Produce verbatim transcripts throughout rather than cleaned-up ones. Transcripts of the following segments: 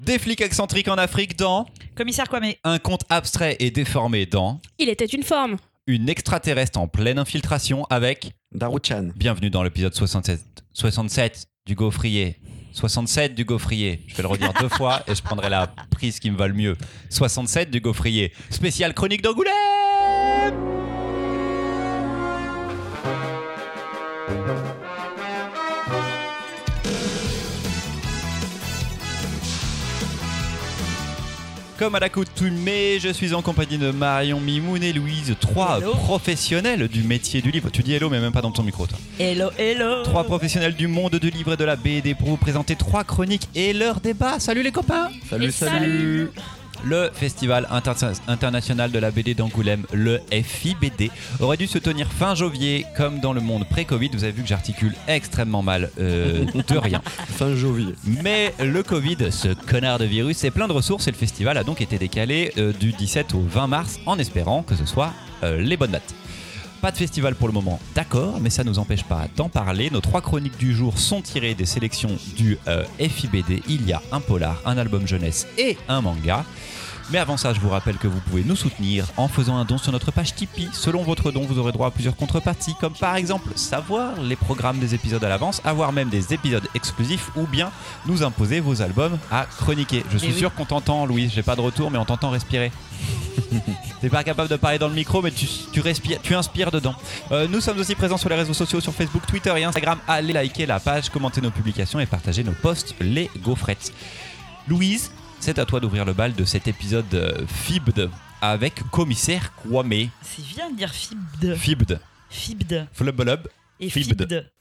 Des flics excentriques en Afrique dans Commissaire Kwame. un conte abstrait et déformé dans Il était une forme. une extraterrestre en pleine infiltration avec Daruchan. Bienvenue dans l'épisode soixante-sept, soixante-sept du Gaufrier. soixante-sept du Gaufrier. Je vais le redire deux fois et je prendrai la prise qui me va le mieux. soixante-sept du Gaufrier. Spécial chronique d'Angoulême. Comme à l'accoutumée, je suis en compagnie de Marion, Mimoun et Louise, trois Hello. professionnels du métier du livre. Tu dis hello, mais même pas dans ton micro, toi. Hello, hello. Trois professionnels du monde du livre et de la B D pour vous présenter trois chroniques et leur débat. Salut les copains. Salut, Et salut. salut. Le Festival Inter- International de la B D d'Angoulême, le F I B D, aurait dû se tenir fin janvier. Comme dans le monde pré-Covid, vous avez vu que j'articule extrêmement mal euh, de rien. Fin janvier. Mais le Covid, ce connard de virus, est plein de ressources et le festival a donc été décalé euh, du dix-sept au vingt mars en espérant que ce soit euh, les bonnes dates. Pas de festival pour le moment, d'accord, mais ça ne nous empêche pas d'en parler. Nos trois chroniques du jour sont tirées des sélections du euh, F I B D. Il y a un polar, un album jeunesse et un manga. Mais avant ça, je vous rappelle que vous pouvez nous soutenir en faisant un don sur notre page Tipeee. Selon votre don, vous aurez droit à plusieurs contreparties, comme par exemple savoir les programmes des épisodes à l'avance, avoir même des épisodes exclusifs ou bien nous imposer vos albums à chroniquer. Je suis Eh oui. sûr qu'on t'entend, Louise. J'ai pas de retour, mais on t'entend respirer. T'es pas capable de parler dans le micro, mais tu, tu respires, tu inspires dedans. Euh, nous sommes aussi présents sur les réseaux sociaux, sur Facebook, Twitter et Instagram. Allez liker la page, commenter nos publications et partager nos posts, les gaufrettes. Louise, c'est à toi d'ouvrir le bal de cet épisode euh, F I B D avec Commissaire Kwame. C'est bien de dire Fibd. F I B D. Fibd. Flubblub. Et Fibd. Fibd.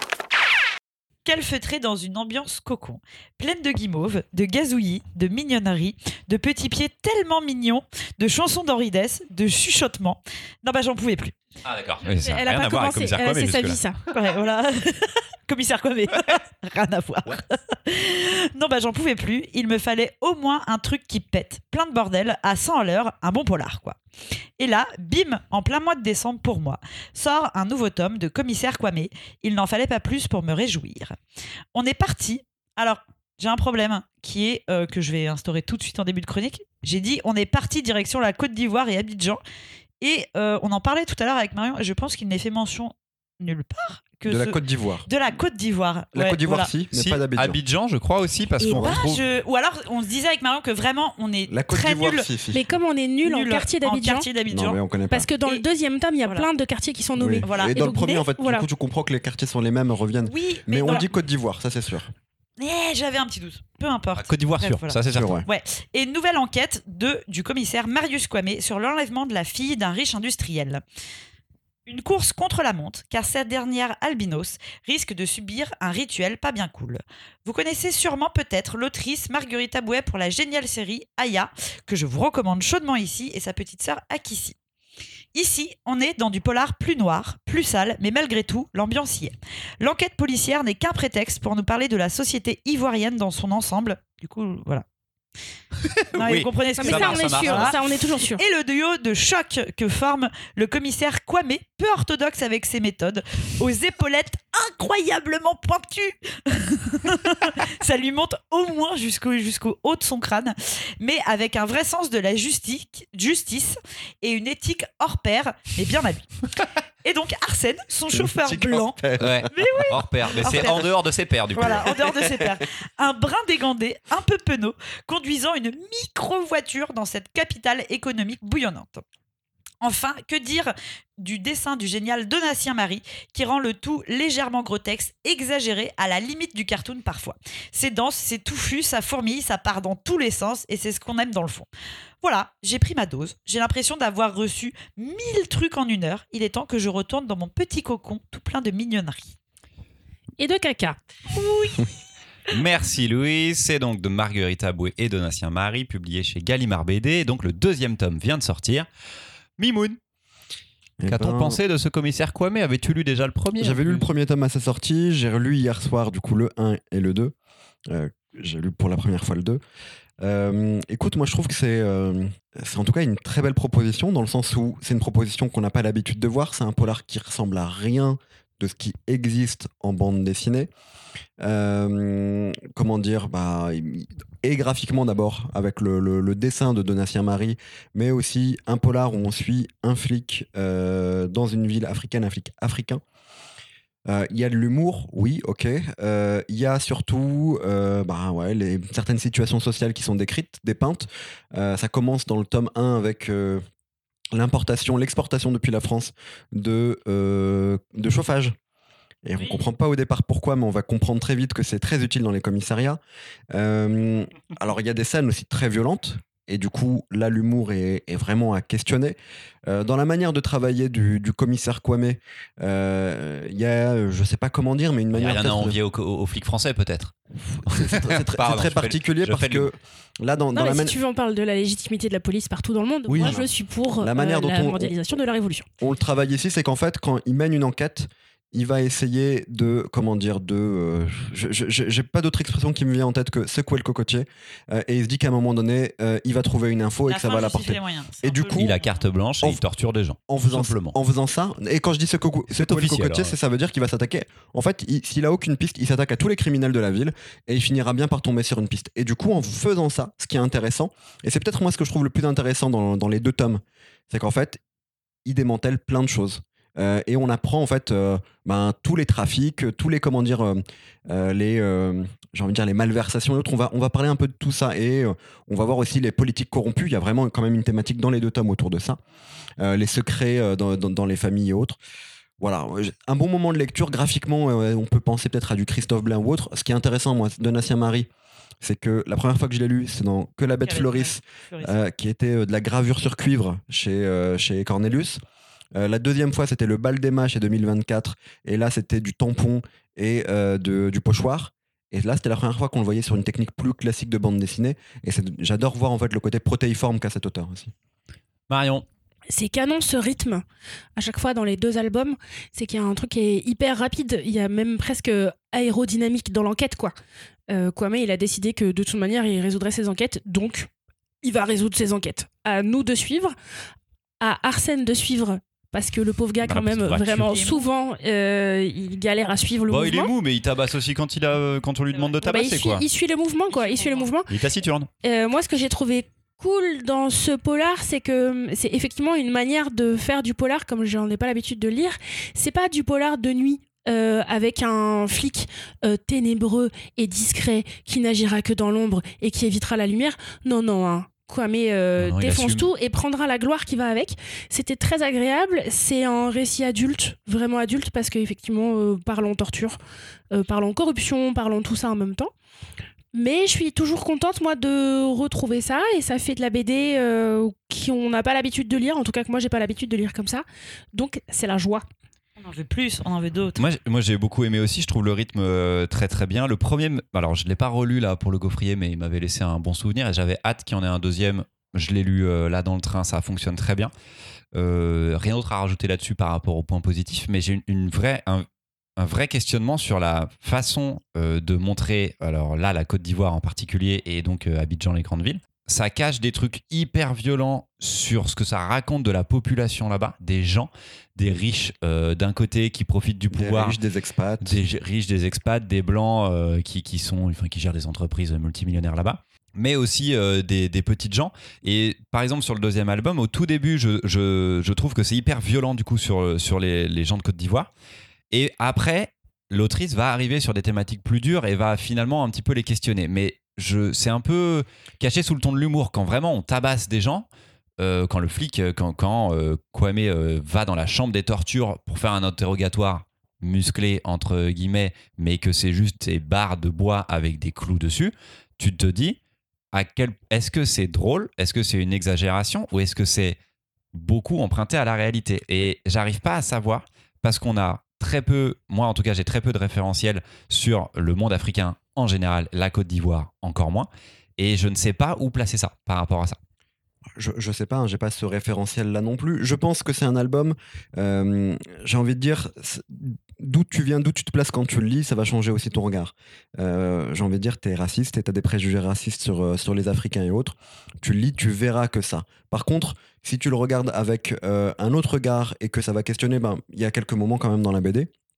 Calfeutré dans une ambiance cocon, pleine de guimauve, de gazouillis, de mignonneries, de petits pieds tellement mignons, de chansons d'Henri Dess, de chuchotements. Non bah j'en pouvais plus. Ah d'accord. Elle a pas commencé. Elle a- C'est sa vie, ça. Ouais, voilà. Commissaire Kwame. Rien à voir. Non, bah j'en pouvais plus. Il me fallait au moins un truc qui pète. Plein de bordel, à cent à l'heure, un bon polar, quoi. Et là, bim, en plein mois de décembre pour moi, sort un nouveau tome de Commissaire Kwame. Il n'en fallait pas plus pour me réjouir. On est parti. Alors, j'ai un problème qui est euh, que je vais instaurer tout de suite en début de chronique. J'ai dit, on est parti direction la Côte d'Ivoire et Abidjan. Et euh, on en parlait tout à l'heure avec Marion. Et je pense qu'il n'est fait mention nulle part que De la ce- Côte d'Ivoire. de la Côte d'Ivoire. La Ouais, Côte d'Ivoire, voilà. si, mais Si, pas d'Abidjan. Abidjan, je crois aussi, parce Et qu'on bah, retrouve... je- Ou alors, on se disait avec Marion que vraiment, on est La Côte très d'Ivoire, nul. si, si. Mais comme on est nul en nul quartier en d'Abidjan, quartier Non, d'Abidjan. mais on connaît pas. parce que dans le Et- deuxième tome, il y a voilà. plein de quartiers qui sont Oui. nommés. Voilà. Et Et dans le donc, premier, mais- en fait, voilà. du coup, tu comprends que les quartiers sont les mêmes, reviennent. Oui, Mais, on voilà. dit Côte d'Ivoire, ça c'est sûr. Eh, j'avais un petit doute. Peu importe. Ah, Côte d'Ivoire Bref, sûr, voilà. ça c'est Sûr, certain. ouais. Ouais. Et une nouvelle enquête de, du commissaire Marius Kwame sur l'enlèvement de la fille d'un riche industriel. Une course contre la montre, car cette dernière albinos risque de subir un rituel pas bien cool. Vous connaissez sûrement peut-être l'autrice Marguerite Abouet pour la géniale série Aya, que je vous recommande chaudement ici, et sa petite sœur Akissi. Ici, on est dans du polar plus noir, plus sale, mais malgré tout, l'ambiance y est. L'enquête policière n'est qu'un prétexte pour nous parler de la société ivoirienne dans son ensemble. Du coup, voilà. Non, Oui. vous comprenez ce Non, que mais je ça, veux on dire. est ça sûr. marche. Ça, on est toujours sûr. Et le duo de choc que forme le commissaire Kwame, peu orthodoxe avec ses méthodes, aux épaulettes incroyablement pointues. Ça lui monte au moins jusqu'au, jusqu'au haut de son crâne, mais avec un vrai sens de la justice, justice et une éthique hors pair, mais bien à lui. Et donc Arsène, son chauffeur blanc, Ouais. Hors pair. Mais Hors c'est pair. en dehors de ses pairs, du coup. voilà, en dehors de ses pairs. Un brin dégandé, un peu penaud, conduisant une micro-voiture dans cette capitale économique bouillonnante. Enfin, que dire du dessin du génial Donatien Marie, qui rend le tout légèrement grotesque, exagéré, à la limite du cartoon parfois. C'est dense, c'est touffu, ça fourmille, ça part dans tous les sens, et c'est ce qu'on aime dans le fond. Voilà, j'ai pris ma dose. J'ai l'impression d'avoir reçu mille trucs en une heure. Il est temps que je retourne dans mon petit cocon tout plein de mignonneries. Et de caca. Merci Louise, c'est donc de Marguerite Abouet et Donatien Marie, publié chez Gallimard B D. Et donc le deuxième tome vient de sortir. Mimoun, Eh qu'a-t-on ben, pensé de ce commissaire Kwame? Avais-tu lu déjà le premier? J'avais lu le premier tome à sa sortie, j'ai relu hier soir du coup le un et le deux. Euh, j'ai lu pour la première fois le deux. Euh, écoute, moi je trouve que c'est, euh, c'est en tout cas une très belle proposition, dans le sens où c'est une proposition qu'on n'a pas l'habitude de voir. C'est un polar qui ressemble à rien de ce qui existe en bande dessinée. Euh, comment dire bah, et graphiquement d'abord avec le, le, le dessin de Donatien Marie, mais aussi un polar où on suit un flic euh, dans une ville africaine, un flic africain. Il euh, y a de l'humour, oui, ok. Il euh, y a surtout euh, bah, ouais, les, certaines situations sociales qui sont décrites, dépeintes. Euh, ça commence dans le tome un avec euh, l'importation, l'exportation depuis la France de, euh, de chauffage. Et oui. On comprend pas au départ pourquoi, mais on va comprendre très vite que c'est très utile dans les commissariats. Euh, alors il y a des scènes aussi très violentes, et du coup là l'humour est, est vraiment à questionner. Euh, dans la manière de travailler du, du commissaire Kwame, il euh, y a, je sais pas comment dire, mais une manière. Il y a rien à envier aux, aux flics français peut-être. C'est, c'est, c'est, c'est Pardon, très particulier parce que là dans, non, dans mais la si man... tu veux on parle de la légitimité de la police partout dans le monde. Oui, moi je suis pour la, manière euh, dont la on, mondialisation de la révolution. On le travaille ici, c'est qu'en fait quand il mène une enquête, il va essayer de, comment dire, de... Euh, je, je, j'ai pas d'autre expression qui me vient en tête que secouer le cocotier. Euh, et il se dit qu'à un moment donné, euh, il va trouver une info la et que ça va l'apporter. Et du coup... Il a carte blanche et en, il torture des gens. En faisant, simplement. En faisant ça, et quand je dis secouer, secouer le cocotier, c'est, ça veut dire qu'il va s'attaquer... En fait, il, s'il a aucune piste, il s'attaque à tous les criminels de la ville et il finira bien par tomber sur une piste. Et du coup, en faisant ça, ce qui est intéressant, et c'est peut-être moi ce que je trouve le plus intéressant dans, dans les deux tomes, c'est qu'en fait, il démantèle plein de choses. Euh, et on apprend en fait euh, ben, tous les trafics, tous les comment dire, euh, euh, les euh, j'ai envie de dire les malversations et autres. On va on va parler un peu de tout ça et euh, on va voir aussi les politiques corrompues. Il y a vraiment quand même une thématique dans les deux tomes autour de ça, euh, les secrets euh, dans, dans, dans les familles et autres. Voilà, un bon moment de lecture. Graphiquement, euh, on peut penser peut-être à du Christophe Blain ou autre. Ce qui est intéressant, moi, de Donatien Marie, c'est que la première fois que je l'ai lu, c'est dans Que la bête fleurisse, euh, qui était euh, de la gravure sur cuivre chez euh, chez Cornelius. Euh, la deuxième fois, c'était le bal d'Emma chez deux mille vingt-quatre. Et là, c'était du tampon et euh, de, du pochoir. Et là, c'était la première fois qu'on le voyait sur une technique plus classique de bande dessinée. Et c'est, j'adore voir en fait le côté protéiforme qu'a cet auteur aussi. Marion. C'est canon ce rythme à chaque fois dans les deux albums, c'est qu'il y a un truc qui est hyper rapide, il y a même presque aérodynamique dans l'enquête quoi. Euh, Kwame il a décidé que de toute manière il résoudrait ses enquêtes, donc il va résoudre ses enquêtes. À nous de suivre, à Arsène de suivre. Parce que le pauvre gars, quand même, vraiment, souvent, euh, il galère à suivre le bon, mouvement. Il est mou, mais il tabasse aussi quand, il a, quand on lui demande de tabasser. Bah, il, suit, quoi. il suit le mouvement, quoi. Il suit le mouvement. Il est taciturne. Euh, moi, ce que j'ai trouvé cool dans ce polar, c'est que c'est effectivement une manière de faire du polar, comme j'en ai pas l'habitude de lire. C'est pas du polar de nuit. Euh, avec un flic euh, ténébreux et discret qui n'agira que dans l'ombre et qui évitera la lumière. Non, non, hein. Kwame euh, non, défonce tout et prendra la gloire qui va avec. C'était très agréable. C'est un récit adulte, vraiment adulte, parce qu'effectivement, euh, parlons torture, euh, parlons corruption, parlons tout ça en même temps. Mais je suis toujours contente, moi, de retrouver ça. Et ça fait de la B D euh, qu'on n'a pas l'habitude de lire. En tout cas, que moi, j'ai pas l'habitude de lire comme ça. Donc, c'est la joie. On en veut plus, on en veut d'autres. Moi, moi j'ai beaucoup aimé aussi, je trouve le rythme euh, très très bien. Le premier, alors je ne l'ai pas relu là pour le gaufrier, mais il m'avait laissé un bon souvenir et j'avais hâte qu'il y en ait un deuxième. Je l'ai lu euh, là dans le train, ça fonctionne très bien. Euh, rien d'autre à rajouter là-dessus par rapport aux points positifs, mais j'ai une, une vraie, un, un vrai questionnement sur la façon euh, de montrer, alors là la Côte d'Ivoire en particulier et donc euh, Abidjan, les grandes villes. Ça cache des trucs hyper violents sur ce que ça raconte de la population là-bas, des gens, des riches euh, d'un côté qui profitent du pouvoir, des riches, des expats, des riches, des expats, des blancs euh, qui, qui sont, enfin qui gèrent des entreprises multimillionnaires là-bas, mais aussi euh, des, des petites gens. Et par exemple sur le deuxième album, au tout début, je, je, je trouve que c'est hyper violent du coup sur, sur les, les gens de Côte d'Ivoire. Et après, l'autrice va arriver sur des thématiques plus dures et va finalement un petit peu les questionner. Mais Je, c'est un peu caché sous le ton de l'humour quand vraiment on tabasse des gens, euh, quand le flic, quand, quand euh, Kwame euh, va dans la chambre des tortures pour faire un interrogatoire musclé entre guillemets, mais que c'est juste des barres de bois avec des clous dessus, tu te dis à quel, est-ce que c'est drôle, est-ce que c'est une exagération ou est-ce que c'est beaucoup emprunté à la réalité? Et j'arrive pas à savoir parce qu'on a très peu, moi en tout cas j'ai très peu de référentiels sur le monde africain en général, la Côte d'Ivoire encore moins, et je ne sais pas où placer ça par rapport à ça. Je, je sais pas, hein, j'ai pas ce référentiel là non plus. Je pense que c'est un album, euh, j'ai envie de dire, d'où tu viens, d'où tu te places quand tu le lis, ça va changer aussi ton regard. Euh, j'ai envie de dire, t'es raciste et t'as des préjugés racistes sur, sur les Africains et autres. Tu le lis, tu verras que ça. Par contre, si tu le regardes avec euh, un autre regard et que ça va questionner, ben, y a quelques moments quand même dans la B D.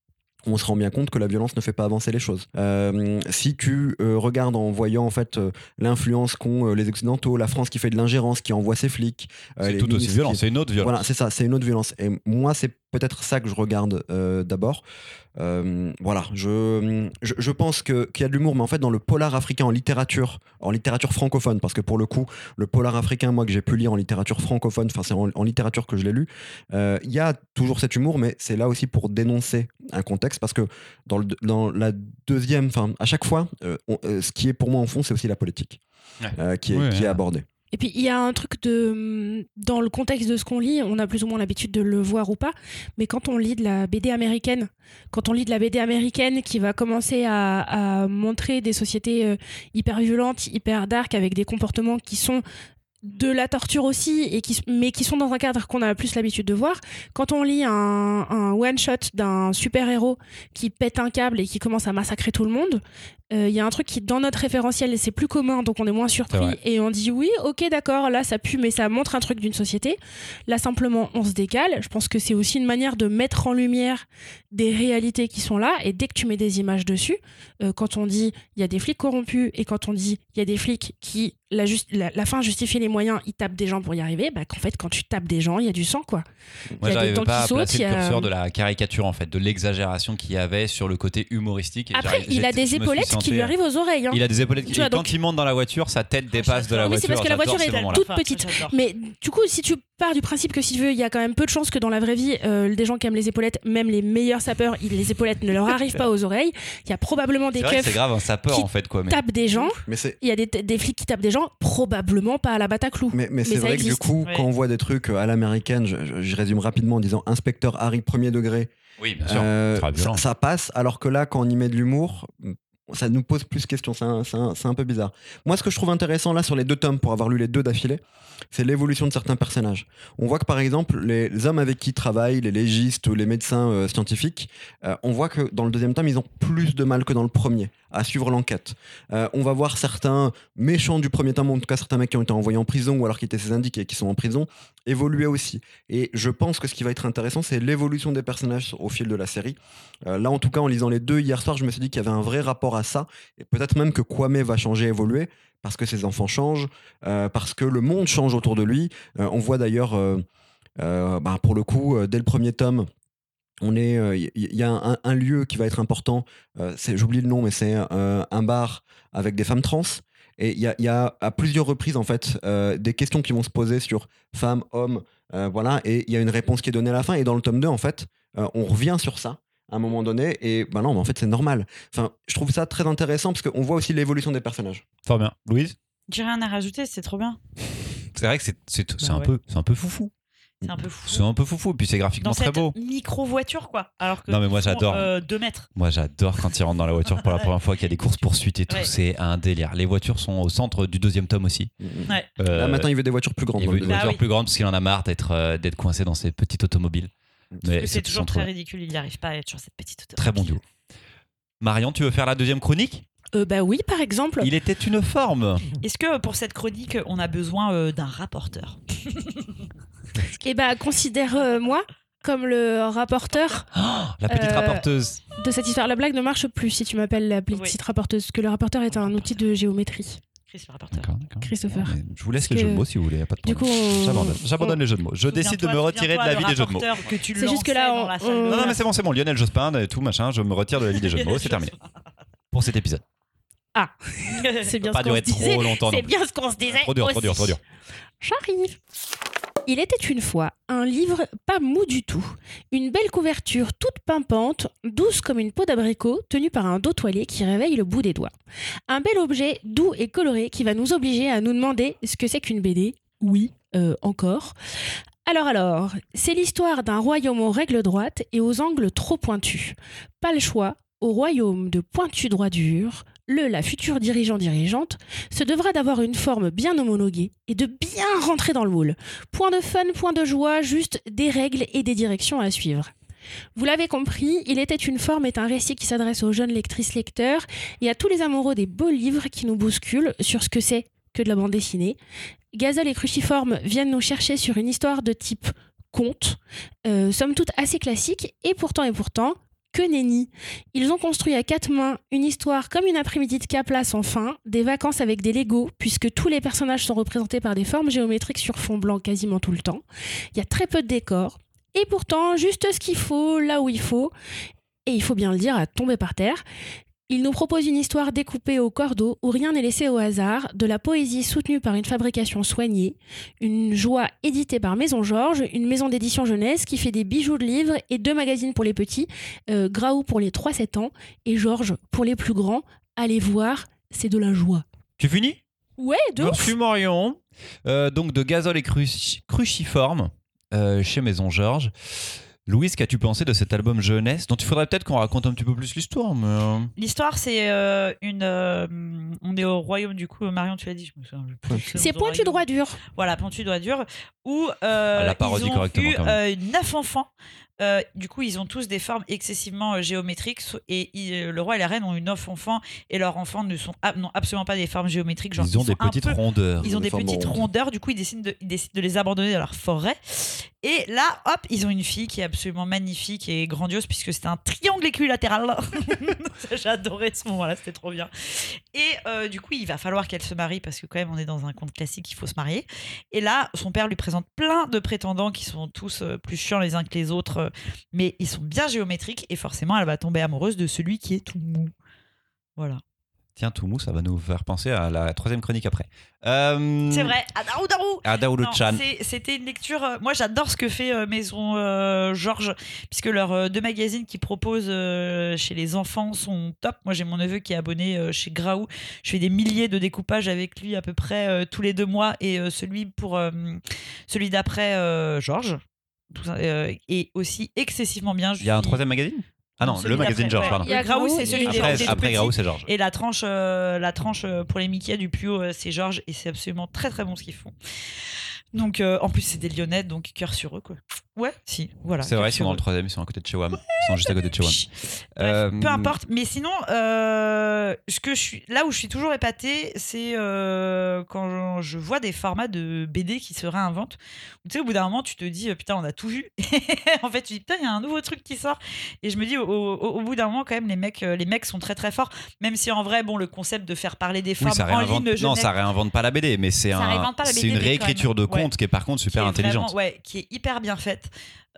on se rend bien compte que la violence ne fait pas avancer les choses. Euh, si tu euh, regardes en voyant en fait euh, l'influence qu'ont euh, les Occidentaux, la France qui fait de l'ingérence, qui envoie ses flics, euh, c'est tout aussi violent, qui... c'est une autre violence. Voilà, c'est ça, c'est une autre violence. Et moi, c'est peut-être ça que je regarde euh, d'abord. Euh, voilà, je, je, je pense que, qu'il y a de l'humour, mais en fait, dans le polar africain en littérature, en littérature francophone, parce que pour le coup, le polar africain, moi, que j'ai pu lire en littérature francophone, enfin, c'est en, en littérature que je l'ai lu, euh, il y a toujours cet humour, mais c'est là aussi pour dénoncer un contexte, parce que dans, le, dans la deuxième, enfin, à chaque fois, euh, on, euh, ce qui est pour moi en fond, c'est aussi la politique ouais. euh, qui, est, ouais, qui ouais. est abordée. Et puis il y a un truc de dans le contexte de ce qu'on lit, on a plus ou moins l'habitude de le voir ou pas, mais quand on lit de la B D américaine, quand on lit de la B D américaine qui va commencer à, à montrer des sociétés euh, hyper violentes, hyper dark, avec des comportements qui sont de la torture aussi, et qui, mais qui sont dans un cadre qu'on a plus l'habitude de voir. Quand on lit un, un one-shot d'un super-héros qui pète un câble et qui commence à massacrer tout le monde, il euh, y a un truc qui, dans notre référentiel, c'est plus commun, donc on est moins surpris, et on dit oui, ok, d'accord, là ça pue, mais ça montre un truc d'une société. Là, simplement, on se décale. Je pense que c'est aussi une manière de mettre en lumière des réalités qui sont là, et dès que tu mets des images dessus, euh, quand on dit il y a des flics corrompus, et quand on dit il y a des flics qui, la, just- la, la fin justifie les moyens, ils tapent des gens pour y arriver, bah qu'en fait, quand tu tapes des gens, il y a du sang, quoi. Moi, j'arrivais pas à placer le curseur de la caricature, en fait, de l'exagération qu'il y avait sur le côté humoristique. Et après, il a des épaulettes qui lui arrivent aux oreilles. Hein. Il a des épaulettes qui... vois, donc... Quand il monte dans la voiture, sa tête dépasse de la oui, voiture. C'est parce que la voiture est toute petite. Mais du coup, si tu pars du principe que si tu veux, il y a quand même peu de chances que dans la vraie vie, euh, des gens qui aiment les épaulettes, même les meilleurs sapeurs, les épaulettes ne leur arrivent pas aux oreilles. Il y a probablement des keufs c'est grave, un sapeur, qui en fait, quoi, mais... tapent des gens. Mais c'est... Il y a des, des flics qui tapent des gens, probablement pas à la Bataclou. Mais, mais, mais c'est vrai existe. Que du coup, ouais. quand on voit des trucs à l'américaine, je, je, je résume rapidement en disant inspecteur Harry premier degré, oui, bien sûr. Euh, ça, ça passe, alors que là, quand on y met de l'humour, ça nous pose plus de questions, c'est un, c'est, un, c'est un peu bizarre. Moi, ce que je trouve intéressant là sur les deux tomes, pour avoir lu les deux d'affilée, c'est l'évolution de certains personnages. On voit que par exemple, les, les hommes avec qui ils travaillent, les légistes ou les médecins euh, scientifiques, euh, on voit que dans le deuxième tome, ils ont plus de mal que dans le premier à suivre l'enquête. Euh, on va voir certains méchants du premier tome, en tout cas certains mecs qui ont été envoyés en prison ou alors qui étaient ses indiques et qui sont en prison, évoluer aussi. Et je pense que ce qui va être intéressant, c'est l'évolution des personnages au fil de la série. Euh, là, en tout cas, en lisant les deux hier soir, je me suis dit qu'il y avait un vrai rapport à ça, et peut-être même que Kwame va changer, évoluer, parce que ses enfants changent, euh, parce que le monde change autour de lui. Euh, on voit d'ailleurs, euh, euh, bah, pour le coup, euh, dès le premier tome, on est, il euh, y, y a un, un lieu qui va être important. Euh, c'est, j'oublie le nom, mais c'est euh, un bar avec des femmes trans. Et il y a, y a à plusieurs reprises en fait euh, des questions qui vont se poser sur femmes, hommes, euh, voilà. Et il y a une réponse qui est donnée à la fin. Et dans le tome deux, en fait, euh, on revient sur ça à un moment donné, et ben non, mais en fait c'est normal. Enfin, je trouve ça très intéressant parce qu'on voit aussi l'évolution des personnages. Fort bien. Louise ? J'ai rien à rajouter, c'est trop bien. C'est vrai que c'est, c'est, c'est, bah un, ouais. peu, c'est un peu foufou. C'est un peu fou. C'est un peu foufou, et puis c'est graphiquement dans très beau. Dans cette micro-voiture, quoi. Alors que non, mais moi j'adore. Euh, deux mètres. Moi j'adore quand ils rentrent dans la voiture pour la première fois, qu'il y a des courses-poursuites et tout. Ouais. C'est un délire. Les voitures sont au centre du deuxième tome aussi. Ouais. Euh, Là, maintenant, il veut des voitures plus grandes. Il veut des bah voitures oui. plus grandes parce qu'il en a marre d'être, euh, d'être coincé dans ces petites automobiles. Mais c'est, c'est toujours très ridicule, il n'y arrive pas à être sur cette petite automobile. Très bon duo. Marion, tu veux faire la deuxième chronique ? Euh, bah oui, par exemple. Il était une forme. Est-ce que pour cette chronique, on a besoin euh, d'un rapporteur ? Eh bah, considère-moi euh, comme le rapporteur. Oh, la petite euh, rapporteuse. De cette histoire. La blague ne marche plus si tu m'appelles la petite oui. rapporteuse, parce que le rapporteur est un outil de géométrie. Chris, le rapporteur. D'accord, d'accord. Christopher. Ouais, je vous laisse parce les jeux de mots si vous voulez, y a pas de problème. Du coup, on... J'abandonne, J'abandonne on... les jeux de mots. Je décide de me retirer de la vie des jeux de mots. Que tu c'est juste que là, on... on... non, non, mais c'est bon, c'est bon. Lionel Jospin et tout machin. Je me retire de la vie des jeux de mots. C'est terminé pour cet épisode. Ah, c'est bien ce qu'on se disait. Trop longtemps, c'est bien ce qu'on se disait. Trop dur, aussi. trop dur, trop dur. J'arrive. Il était une fois un livre pas mou du tout, une belle couverture toute pimpante, douce comme une peau d'abricot, tenue par un dos toilé qui réveille le bout des doigts. Un bel objet doux et coloré qui va nous obliger à nous demander ce que c'est qu'une B D. Oui, euh, encore. Alors alors, c'est l'histoire d'un royaume aux règles droites et aux angles trop pointus. Pas le choix, au royaume de pointu droit dur, le, la future dirigeant-dirigeante, se devra d'avoir une forme bien homologuée et de bien rentrer dans le moule. Point de fun, point de joie, juste des règles et des directions à suivre. Vous l'avez compris, Il était une forme est un récit qui s'adresse aux jeunes lectrices-lecteurs et à tous les amoureux des beaux livres qui nous bousculent sur ce que c'est que de la bande dessinée. Gazelle et Cruciforme viennent nous chercher sur une histoire de type conte, euh, somme toute assez classique, et pourtant et pourtant, que nenni. Ils ont construit à quatre mains une histoire comme une après-midi de Capla sans fin, des vacances avec des Legos, puisque tous les personnages sont représentés par des formes géométriques sur fond blanc quasiment tout le temps. Il y a très peu de décors, et pourtant juste ce qu'il faut, là où il faut, et il faut bien le dire, à tomber par terre. Il nous propose une histoire découpée au cordeau où rien n'est laissé au hasard, de la poésie soutenue par une fabrication soignée, une joie éditée par Maison Georges, une maison d'édition jeunesse qui fait des bijoux de livres et deux magazines pour les petits, euh, Graou pour les trois sept ans et Georges pour les plus grands. Allez voir, c'est de la joie. Tu finis ? Ouais, de ouf. Merci Marion. Euh, donc de Gazole et Cruci- Cruciforme euh, chez Maison Georges. Louise, qu'as-tu pensé de cet album jeunesse dont il faudrait peut-être qu'on raconte un petit peu plus l'histoire mais euh... L'histoire, c'est euh, une. Euh, on est au royaume, du coup, Marion, tu l'as dit. Je me souviens plus. C'est Pointu Droit Dur. Voilà, Pointu Droit Dur, où euh, la parodie ils ont correctement, eu quand même. euh, neuf enfants. Euh, du coup, ils ont tous des formes excessivement euh, géométriques et il- le roi et la reine ont eu neuf enfants et leurs enfants ne sont ab- n'ont absolument pas des formes géométriques. Genre, ils ont sont des un petites peu- rondeurs. Ils ont des formes petites rondes. rondeurs, du coup ils décident, de, ils décident de les abandonner dans leur forêt. Et là, hop, ils ont une fille qui est absolument magnifique et grandiose puisque c'était un triangle équilatéral. J'ai adoré ce moment-là, c'était trop bien. Et euh, du coup, il va falloir qu'elle se marie parce que quand même on est dans un conte classique, il faut se marier. Et là, son père lui présente plein de prétendants qui sont tous euh, plus chiants les uns que les autres, euh, mais ils sont bien géométriques et forcément elle va tomber amoureuse de celui qui est tout mou. Voilà. Tiens, tout mou, ça va nous faire penser à la troisième chronique après. Euh... C'est vrai, à Darou Darou. À Daoulou-chan. Non, c'est- C'était une lecture. euh, Moi, j'adore ce que fait euh, Maison euh, Georges, puisque leurs euh, deux magazines qu'ils proposent euh, chez les enfants sont top. Moi, j'ai mon neveu qui est abonné euh, chez Graou. Je fais des milliers de découpages avec lui à peu près euh, tous les deux mois, et euh, celui pour euh, celui d'après euh, Georges tout ça, euh, est aussi excessivement bien. Je Il y a un suis- troisième magazine ? Ah non, celui le magazine d'après, Georges, ouais. pardon. Il y a Graou, Graou c'est celui et- des, Après, des après petits. Graou, c'est Georges. Et la tranche, euh, la tranche euh, pour les Mickey du plus haut, euh, c'est Georges, et c'est absolument très très bon ce qu'ils font. Donc, euh, en plus, c'est des Lyonnais, donc cœur sur eux, quoi. Ouais, si, voilà. C'est vrai, cœur ils sont sur dans eux. le troisième, ils sont à côté de Chewam. Ils sont juste à côté de Chewam. Bref, Euh, peu importe. Mais sinon, euh, ce que je suis, là où je suis toujours épatée, c'est euh, quand je vois des formats de B D qui se réinventent. Tu sais, au bout d'un moment, tu te dis, euh, putain, on a tout vu. En fait, tu dis, putain, il y a un nouveau truc qui sort. Et je me dis, au, au- au bout d'un moment, quand même, les mecs, euh, les mecs sont très très forts. Même si en vrai, bon, le concept de faire parler des Oui, femmes ça en réinvente. ligne, je Non, n'ai- ça réinvente pas la B D, mais c'est Ça un, réinvente pas la B D, c'est une mais quand réécriture même. de conte Ouais. qui est par contre super qui est intelligente. vraiment- ouais, qui est hyper bien faite.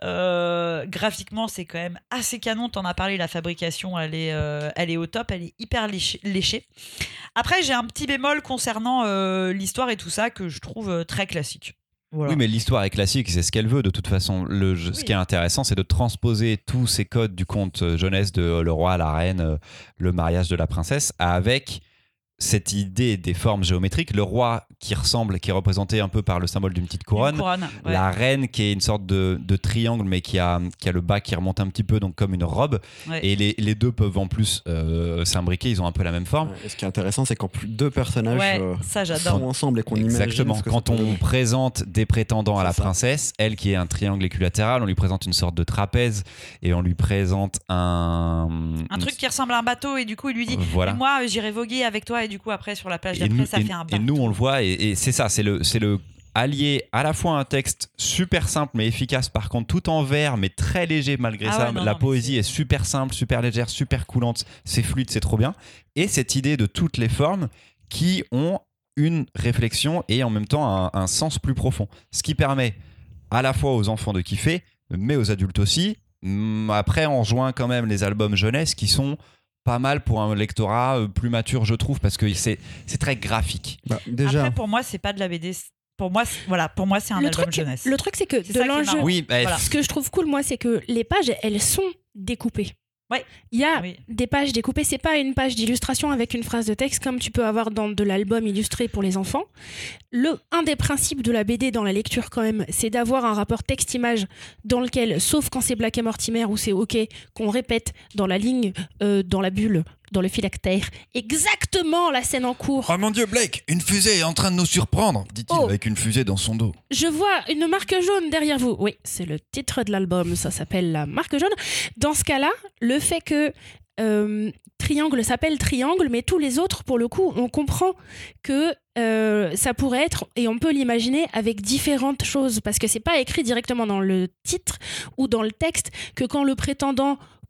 Euh, graphiquement, c'est quand même assez canon. T'en as parlé, la fabrication, elle est, euh, elle est au top, elle est hyper léché- léchée. Après, j'ai un petit bémol concernant euh, l'histoire et tout ça que je trouve euh, très classique. Voilà. Oui, mais l'histoire est classique, c'est ce qu'elle veut de toute façon. Le, jeu- Ce Oui. qui est intéressant, c'est de transposer tous ces codes du conte euh, jeunesse de euh, le roi, la reine, euh, le mariage de la princesse, avec cette idée des formes géométriques. Le roi qui ressemble, qui est représenté un peu par le symbole d'une petite Une couronne. couronne, ouais. La reine qui est une sorte de, de triangle mais qui a, qui a le bas qui remonte un petit peu donc comme une robe Ouais. et les, les deux peuvent en plus euh, s'imbriquer, ils ont un peu la même forme. Et ce qui est intéressant, c'est quand plus deux personnages Ouais, euh, ça j'adore. sont ensemble et qu'on imagine Exactement, ce que ça quand peut on donner. présente des prétendants à C'est la ça. princesse, elle qui est un triangle équilatéral, on lui présente une sorte de trapèze et on lui présente un... Un truc qui ressemble à un bateau et du coup il lui dit Voilà. mais moi j'irai voguer avec toi et du coup après sur la plage Et d'après nous, ça et- fait un et bateau. nous, on le voit, et, et c'est ça, c'est le, c'est le allier à la fois un texte super simple mais efficace, par contre tout en vers mais très léger malgré Ah ça. ouais, non, la non, mais poésie c'est- est super simple, super légère, super coulante, c'est fluide, c'est trop bien. Et cette idée de toutes les formes qui ont une réflexion et en même temps un, un sens plus profond. Ce qui permet à la fois aux enfants de kiffer, mais aux adultes aussi. Hum, Après, on rejoint quand même les albums jeunesse qui sont pas mal pour un lectorat euh, plus mature, je trouve, parce que c'est c'est très graphique. Bah, déjà, Après pour moi c'est pas de la B D. Pour moi, c'est- voilà, pour moi c'est un Le album truc, jeunesse. le truc, c'est que C'est de ça qui est l'enjeu. marrant. Oui, bah, Voilà. Ce que je trouve cool, moi, c'est que les pages, elles sont découpées. Ouais. Il y a Oui. des pages découpées. C'est pas une page d'illustration avec une phrase de texte comme tu peux avoir dans de l'album illustré pour les enfants. Le, un des principes de la B D dans la lecture, quand même, c'est d'avoir un rapport texte-image dans lequel, sauf quand c'est Black et Mortimer où c'est OK, qu'on répète dans la ligne, euh, dans la bulle, dans le phylactère, exactement la scène en cours. Oh mon dieu, Blake, une fusée est en train de nous surprendre, dit-il Oh. avec une fusée dans son dos. Je vois une marque jaune derrière vous. Oui, c'est le titre de l'album, ça s'appelle la marque jaune. Dans ce cas-là, le fait que euh, Triangle s'appelle Triangle, mais tous les autres, pour le coup, on comprend que euh, ça pourrait être, et on peut l'imaginer avec différentes choses, parce que c'est pas écrit directement dans le titre ou dans le texte que quand le prétendant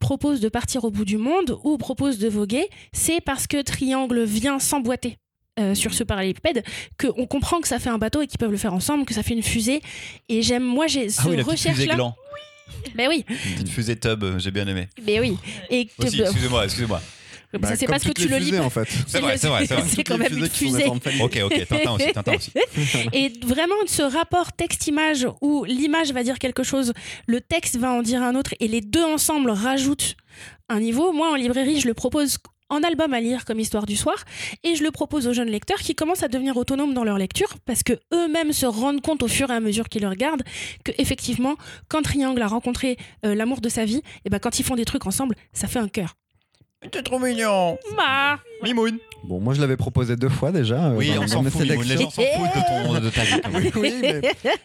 propose de partir au bout du monde ou propose de voguer, c'est parce que Triangle vient s'emboîter euh, sur ce parallélépipède qu'on comprend que ça fait un bateau et qu'ils peuvent le faire ensemble, que ça fait une fusée. Et j'aime, moi j'ai ce Ah oui, la petite fusée recherche-là. gland. Mais oui, Une petite fusée tub, euh, j'ai bien aimé. mais oui. Et que- Aussi, excusez-moi, excusez-moi. Bah, ça, c'est comme parce que toutes tu les le lis fusées, pas. en fait. C'est vrai, c'est vrai, c'est vrai. C'est Toutes quand les même une fusées qui sont fusée. des formes phalliques. Ok, ok, Tintin aussi, Tintin aussi. Et vraiment, ce rapport texte-image où l'image va dire quelque chose, le texte va en dire un autre, et les deux ensemble rajoutent un niveau. Moi, en librairie, je le propose en album à lire comme Histoire du soir, et je le propose aux jeunes lecteurs qui commencent à devenir autonomes dans leur lecture, parce que eux-mêmes se rendent compte au fur et à mesure qu'ils le regardent que effectivement, quand Triangle a rencontré euh, l'amour de sa vie, et ben quand ils font des trucs ensemble, ça fait un cœur. T'es trop mignon. Bah, Mimoun. Bon, moi, je l'avais proposé deux fois déjà. euh, Oui, dans- on dans s'en mes fout, Mimoun. Les gens sélections. s'en foutent de, ton, de ta vie. quand même. Oui, oui, mais.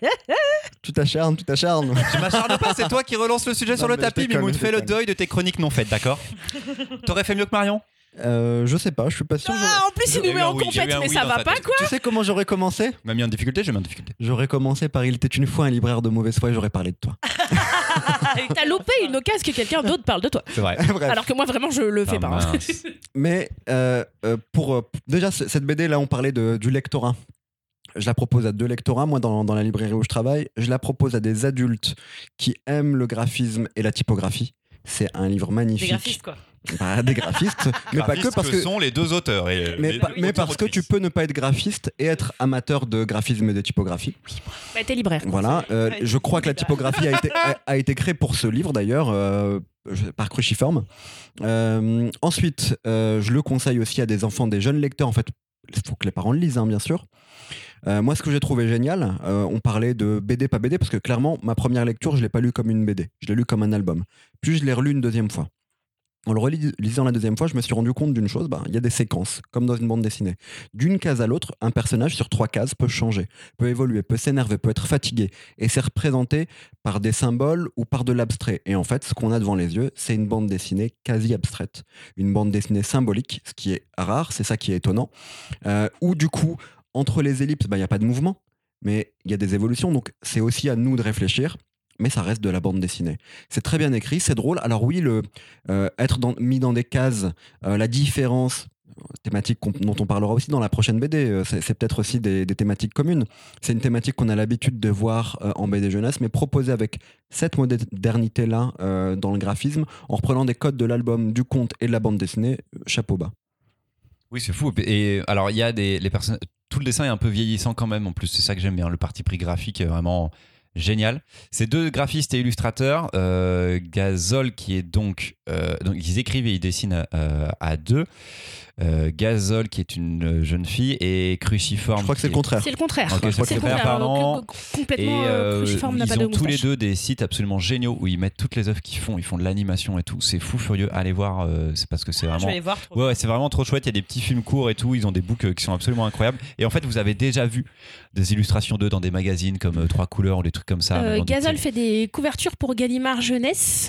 Tu t'acharnes, tu t'acharnes. Je m'acharne pas, c'est toi qui relance le sujet Non, sur le mais je tapis, déconne, Mimoun. je Fais le déconne. deuil de tes chroniques non faites, d'accord? T'aurais fait mieux que Marion? Euh, je sais pas, je suis pas sûr. ah, en plus, il J'ai nous eu met un en oui, j'ai eu compète, un mais oui ça dans va ta pas tête. quoi. Tu sais comment j'aurais commencé? Tu m'as mis en difficulté, je mets en difficulté. J'aurais commencé par Il était une fois un libraire de mauvaise foi et j'aurais parlé de toi. T'as loupé une occasion que quelqu'un d'autre parle de toi. C'est vrai. Bref. Alors que moi, vraiment, je le fais Ah, pas. hein. mince. Mais euh, euh, pour euh, déjà c- cette B D là, on parlait de, du lectorat. Je la propose à deux lectorats, moi dans, dans la librairie où je travaille. Je la propose à des adultes qui aiment le graphisme et la typographie. C'est un livre Des magnifique. graphistes, quoi. Bah, des graphistes, mais pas que Graphistes parce que. sont les deux auteurs. Et Mais, les pas- deux mais parce que tu auteurs-autrices. peux ne pas être graphiste et être amateur de graphisme et de typographie. Bah, t'es libraire. Voilà, euh, Ouais, je crois que la c'est typographie a été, a, a été créée pour ce livre d'ailleurs, euh, je- par Cruciforme. Euh, ensuite, euh, je le conseille aussi à des enfants, des jeunes lecteurs. En fait, il faut que les parents le lisent, hein, bien sûr. Euh, moi, ce que j'ai trouvé génial, euh, on parlait de B D, pas B D, parce que clairement, ma première lecture, je l'ai pas lu comme une B D, je l'ai lu comme un album. Puis je l'ai relu une deuxième fois. En le relisant la deuxième fois, je me suis rendu compte d'une chose, bah, il y a des séquences, comme dans une bande dessinée. D'une case à l'autre, un personnage sur trois cases peut changer, peut évoluer, peut s'énerver, peut être fatigué. Et c'est représenté par des symboles ou par de l'abstrait. Et en fait, ce qu'on a devant les yeux, c'est une bande dessinée quasi abstraite. Une bande dessinée symbolique, ce qui est rare, c'est ça qui est étonnant. Euh, où du coup, entre les ellipses, bah, il n'y a pas de mouvement, mais il y a des évolutions. Donc c'est aussi à nous de réfléchir. Mais ça reste de la bande dessinée. C'est très bien écrit, c'est drôle. Alors oui, le, euh, être dans- mis dans des cases, euh, la différence, thématique qu'on- dont on parlera aussi dans la prochaine B D, euh, c'est, c'est peut-être aussi des, des thématiques communes. C'est une thématique qu'on a l'habitude de voir euh, en B D jeunesse, mais proposée avec cette modernité-là euh, dans le graphisme, en reprenant des codes de l'album, du conte et de la bande dessinée, euh, chapeau bas. Oui, c'est fou. Et alors, il y a des les personnes. Tout le dessin est un peu vieillissant quand même. En plus, c'est ça que j'aime bien. Le parti pris graphique est vraiment génial. Ces deux graphistes et illustrateurs, euh, Gazol qui est donc, euh, donc ils écrivent et ils dessinent euh, à deux. Euh, Gazol qui est une jeune fille et Cruciforme. Je crois que c'est qui le contraire. C'est le contraire. Ok, c'est c'est le le contraire, contraire. pardon. Donc, Et complètement euh, euh, Cruciforme n'a ils pas de ont tous les moustache. deux des sites absolument géniaux où ils mettent toutes les œuvres qu'ils font. Ils font de l'animation et tout. C'est fou furieux. Allez voir. euh, c'est parce que c'est Je vraiment. vais aller voir. trop Ouais, ouais, c'est vraiment trop chouette. Il y a des petits films courts et tout. Ils ont des books euh, qui sont absolument incroyables. Et en fait, vous avez déjà vu des illustrations d'eux dans des magazines comme euh, Trois Couleurs ou des trucs comme ça. Euh, même dans des Gazol petits- fait des couvertures pour Gallimard Jeunesse.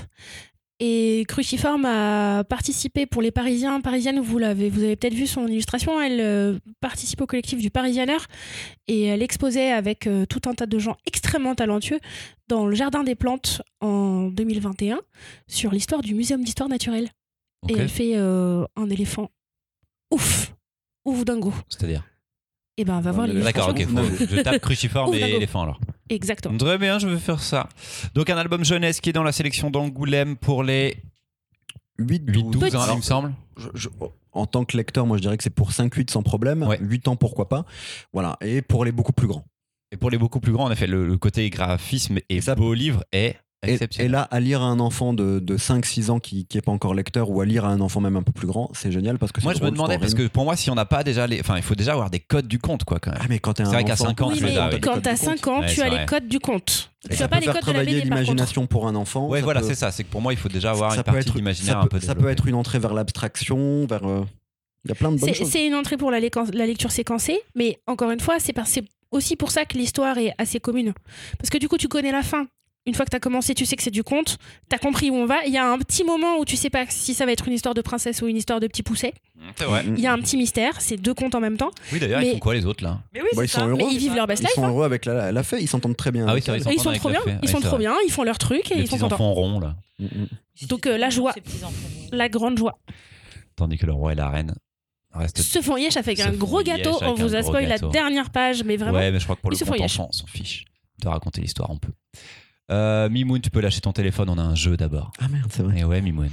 Et Cruciforme a participé pour les Parisiens, Parisiennes, vous l'avez, vous avez peut-être vu son illustration, elle euh, participe au collectif du Parisianer et elle exposait avec euh, tout un tas de gens extrêmement talentueux dans le Jardin des Plantes en deux mille vingt et un sur l'histoire du Muséum d'Histoire Naturelle. Ok. Et elle fait euh, un éléphant ouf, ouf dingo. C'est-à-dire. Et ben va voir Ouais, D'accord, l'illustration. ok. faut- je tape Cruciforme Ouf, et dingo. éléphant alors. Exactement. Très bien, je vais faire ça. Donc, un album jeunesse qui est dans la sélection d'Angoulême pour les huit huit douze, Petit. hein, il me semble. Je- je- en tant que lecteur, moi je dirais que c'est pour cinq huit sans problème. Ouais. huit ans, pourquoi pas. Voilà. Et pour les beaucoup plus grands. Et pour les beaucoup plus grands, en effet, le, le côté graphisme et Ça- beau livre est Et, exceptionnel. et là, à lire à un enfant de, de cinq six ans qui n'est pas encore lecteur ou à lire à un enfant même un peu plus grand, c'est génial parce que Moi, c'est je me drôle, demandais, c'est en parce rythme. que pour moi, si on n'a pas déjà les. Enfin, il faut déjà avoir des codes du conte, quoi, quand même. Ah, mais quand t'es un C'est vrai qu'à enfant, cinq ans, Oui, je mais fais ça, oui. quand t'as cinq ans, Ouais, tu c'est as vrai. les codes du conte. Et Tu ça as pas peut les faire codes de la travailler B D par contre. l'imagination pour un enfant. Ouais, ça voilà, peut- c'est ça. C'est que pour moi, il faut déjà avoir ça une peut partie être- d'imaginaire ça un peut- peu Ça peut développée. être une entrée vers l'abstraction, vers. euh, Il y a plein de bonnes C'est choses. c'est une entrée pour la, lécan- la lecture séquencée, mais encore une fois, c'est par- c'est aussi pour ça que l'histoire est assez commune. Parce que du coup, tu connais la fin. Une fois que t'as commencé, tu sais que c'est du conte, t'as compris où on va. Il y a un petit moment où tu sais pas si ça va être une histoire de princesse ou une histoire de petit pousset. C'est vrai. Il y a un petit mystère, c'est deux contes en même temps. Oui, d'ailleurs, Mais- ils font quoi les autres là? Mais oui, Bah, c'est ils ça. sont heureux. Mais ils vivent leur best Ils life. sont hein. heureux avec la, la fée, ils s'entendent très bien. Ah oui, avec c'est vrai, elle. ils sont- Et ils sont avec trop la bien, fée. ils Oui, sont c'est trop vrai. bien, ils font leur truc et Les ils sont petits contents. enfants ronds là. Mm, mm. Donc, euh, la joie. Ces petits enfants. La grande joie. Tandis que le roi et la reine restent. Se font yesh avec Se un font gros yesh gâteau. avec On vous un a gros spoil la gâteau. dernière page, mais vraiment. Ouais, mais je crois que pour le Ils se font compte yesh. enfant, on s'en fiche de raconter l'histoire, on peut. Euh, Mimoun, tu peux lâcher ton téléphone, on a un jeu d'abord. Ah merde, c'est vrai. Et ouais, Mimoun.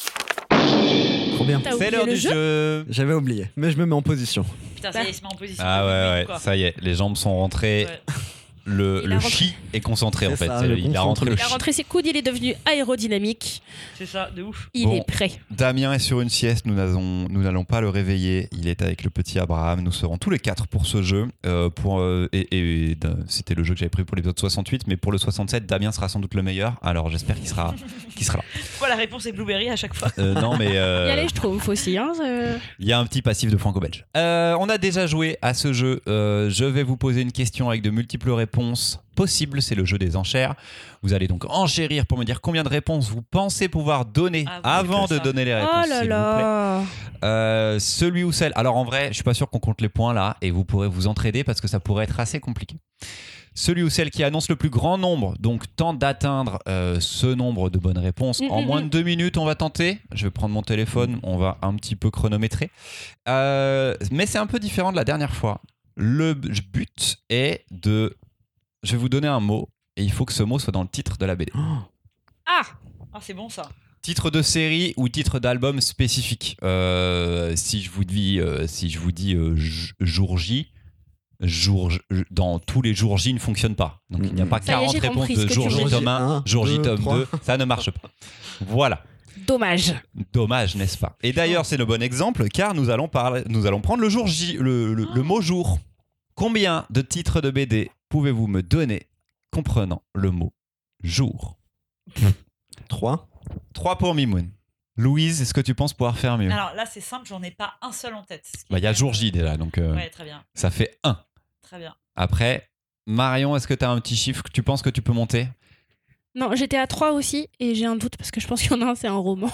Trop bien. T'as C'est oublié l'heure le du jeu jeu. J'avais oublié, mais je me mets en position. Putain, ça y est, il se met en position. Ah de ouais, limite, ouais, quoi. ça y est, les jambes sont rentrées. Ouais. Le, Il a le rentré. chi est concentré en C'est fait. ça, C'est- le il a concentré. rentré le Il a chi. rentré ses coudes, il est devenu aérodynamique. C'est ça, de ouf. Il Bon. est prêt. Damien est sur une sieste, nous n'allons, nous n'allons pas le réveiller. Il est avec le petit Abraham. Nous serons tous les quatre pour ce jeu. Euh, pour, euh, et, et, euh, c'était le jeu que j'avais pris pour l'épisode soixante-huit, mais pour le soixante-sept, Damien sera sans doute le meilleur. Alors j'espère qu'il sera, qu'il sera là. Pourquoi la réponse est Blueberry à chaque fois? Euh, non, mais euh, Il y a les Schtroumpfs aussi. Hein, euh. il y a un petit passif de franco-belge. Euh, on a déjà joué à ce jeu. Euh, je vais vous poser une question avec de multiples réponses possibles. C'est le jeu des enchères. Vous allez donc enchérir pour me dire combien de réponses vous pensez pouvoir donner Ah oui, avant c'est de ça. donner les réponses. Oh là s'il vous plaît. là. Euh, celui ou celle. Alors en vrai, je suis pas sûr qu'on compte les points là et vous pourrez vous entraider parce que ça pourrait être assez compliqué. Celui ou celle qui annonce le plus grand nombre, donc tente d'atteindre euh, ce nombre de bonnes réponses Mm, en mm, moins mm. de deux minutes. On va tenter. Je vais prendre mon téléphone. On va un petit peu chronométrer. Euh, mais c'est un peu différent de la dernière fois. Le but est de. Je vais vous donner un mot et il faut que ce mot soit dans le titre de la B D. Ah. Ah, c'est bon ça. Titre de série ou titre d'album spécifique. Euh, si je vous dis, euh, si je vous dis euh, j- jour J, jour J- dans tous les jours J ne fonctionne pas. Donc il n'y a pas Ça y est, quarante j'ai réponses compris de ce que jour tu J veux tome dire. un, Un, jour J deux, tome trois. deux, ça ne marche pas. Voilà. Dommage. Dommage, n'est-ce pas? Et d'ailleurs, c'est le bon exemple car nous allons parler, nous allons prendre le jour J, le, le- le mot jour. Combien de titres de B D pouvez-vous me donner comprenant le mot jour? trois. trois pour Mimoun. Louise, est-ce que tu penses pouvoir faire mieux? Alors là, c'est simple, j'en ai pas un seul en tête. ce qui Bah, il y est a quand jour même- J déjà, donc euh, Ouais, très bien. ça fait un. Très bien. Après, Marion, est-ce que tu as un petit chiffre que tu penses que tu peux monter? Non, j'étais à trois aussi et j'ai un doute parce que je pense qu'il y en a un, c'est un roman.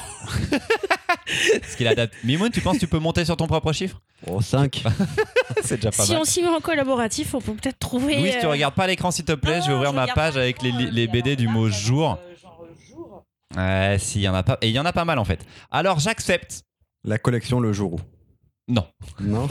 Est-ce qu'il adapte? Mimoun, tu penses que tu peux monter sur ton propre chiffre? Oh, cinq. C'est déjà pas Si mal. on s'y met en collaboratif, on peut peut-être trouver. Louise, tu euh, regardes pas l'écran s'il te plaît, je vais Non, ouvrir je ma regarde page pas avec les, l'écran, les mais B D alors du là, mot ça jour. va être, euh, genre, euh, jour. Ouais, si, il y en a pas. Et il y en a pas mal en fait. Alors j'accepte. La collection Le Jour où. Non. Non.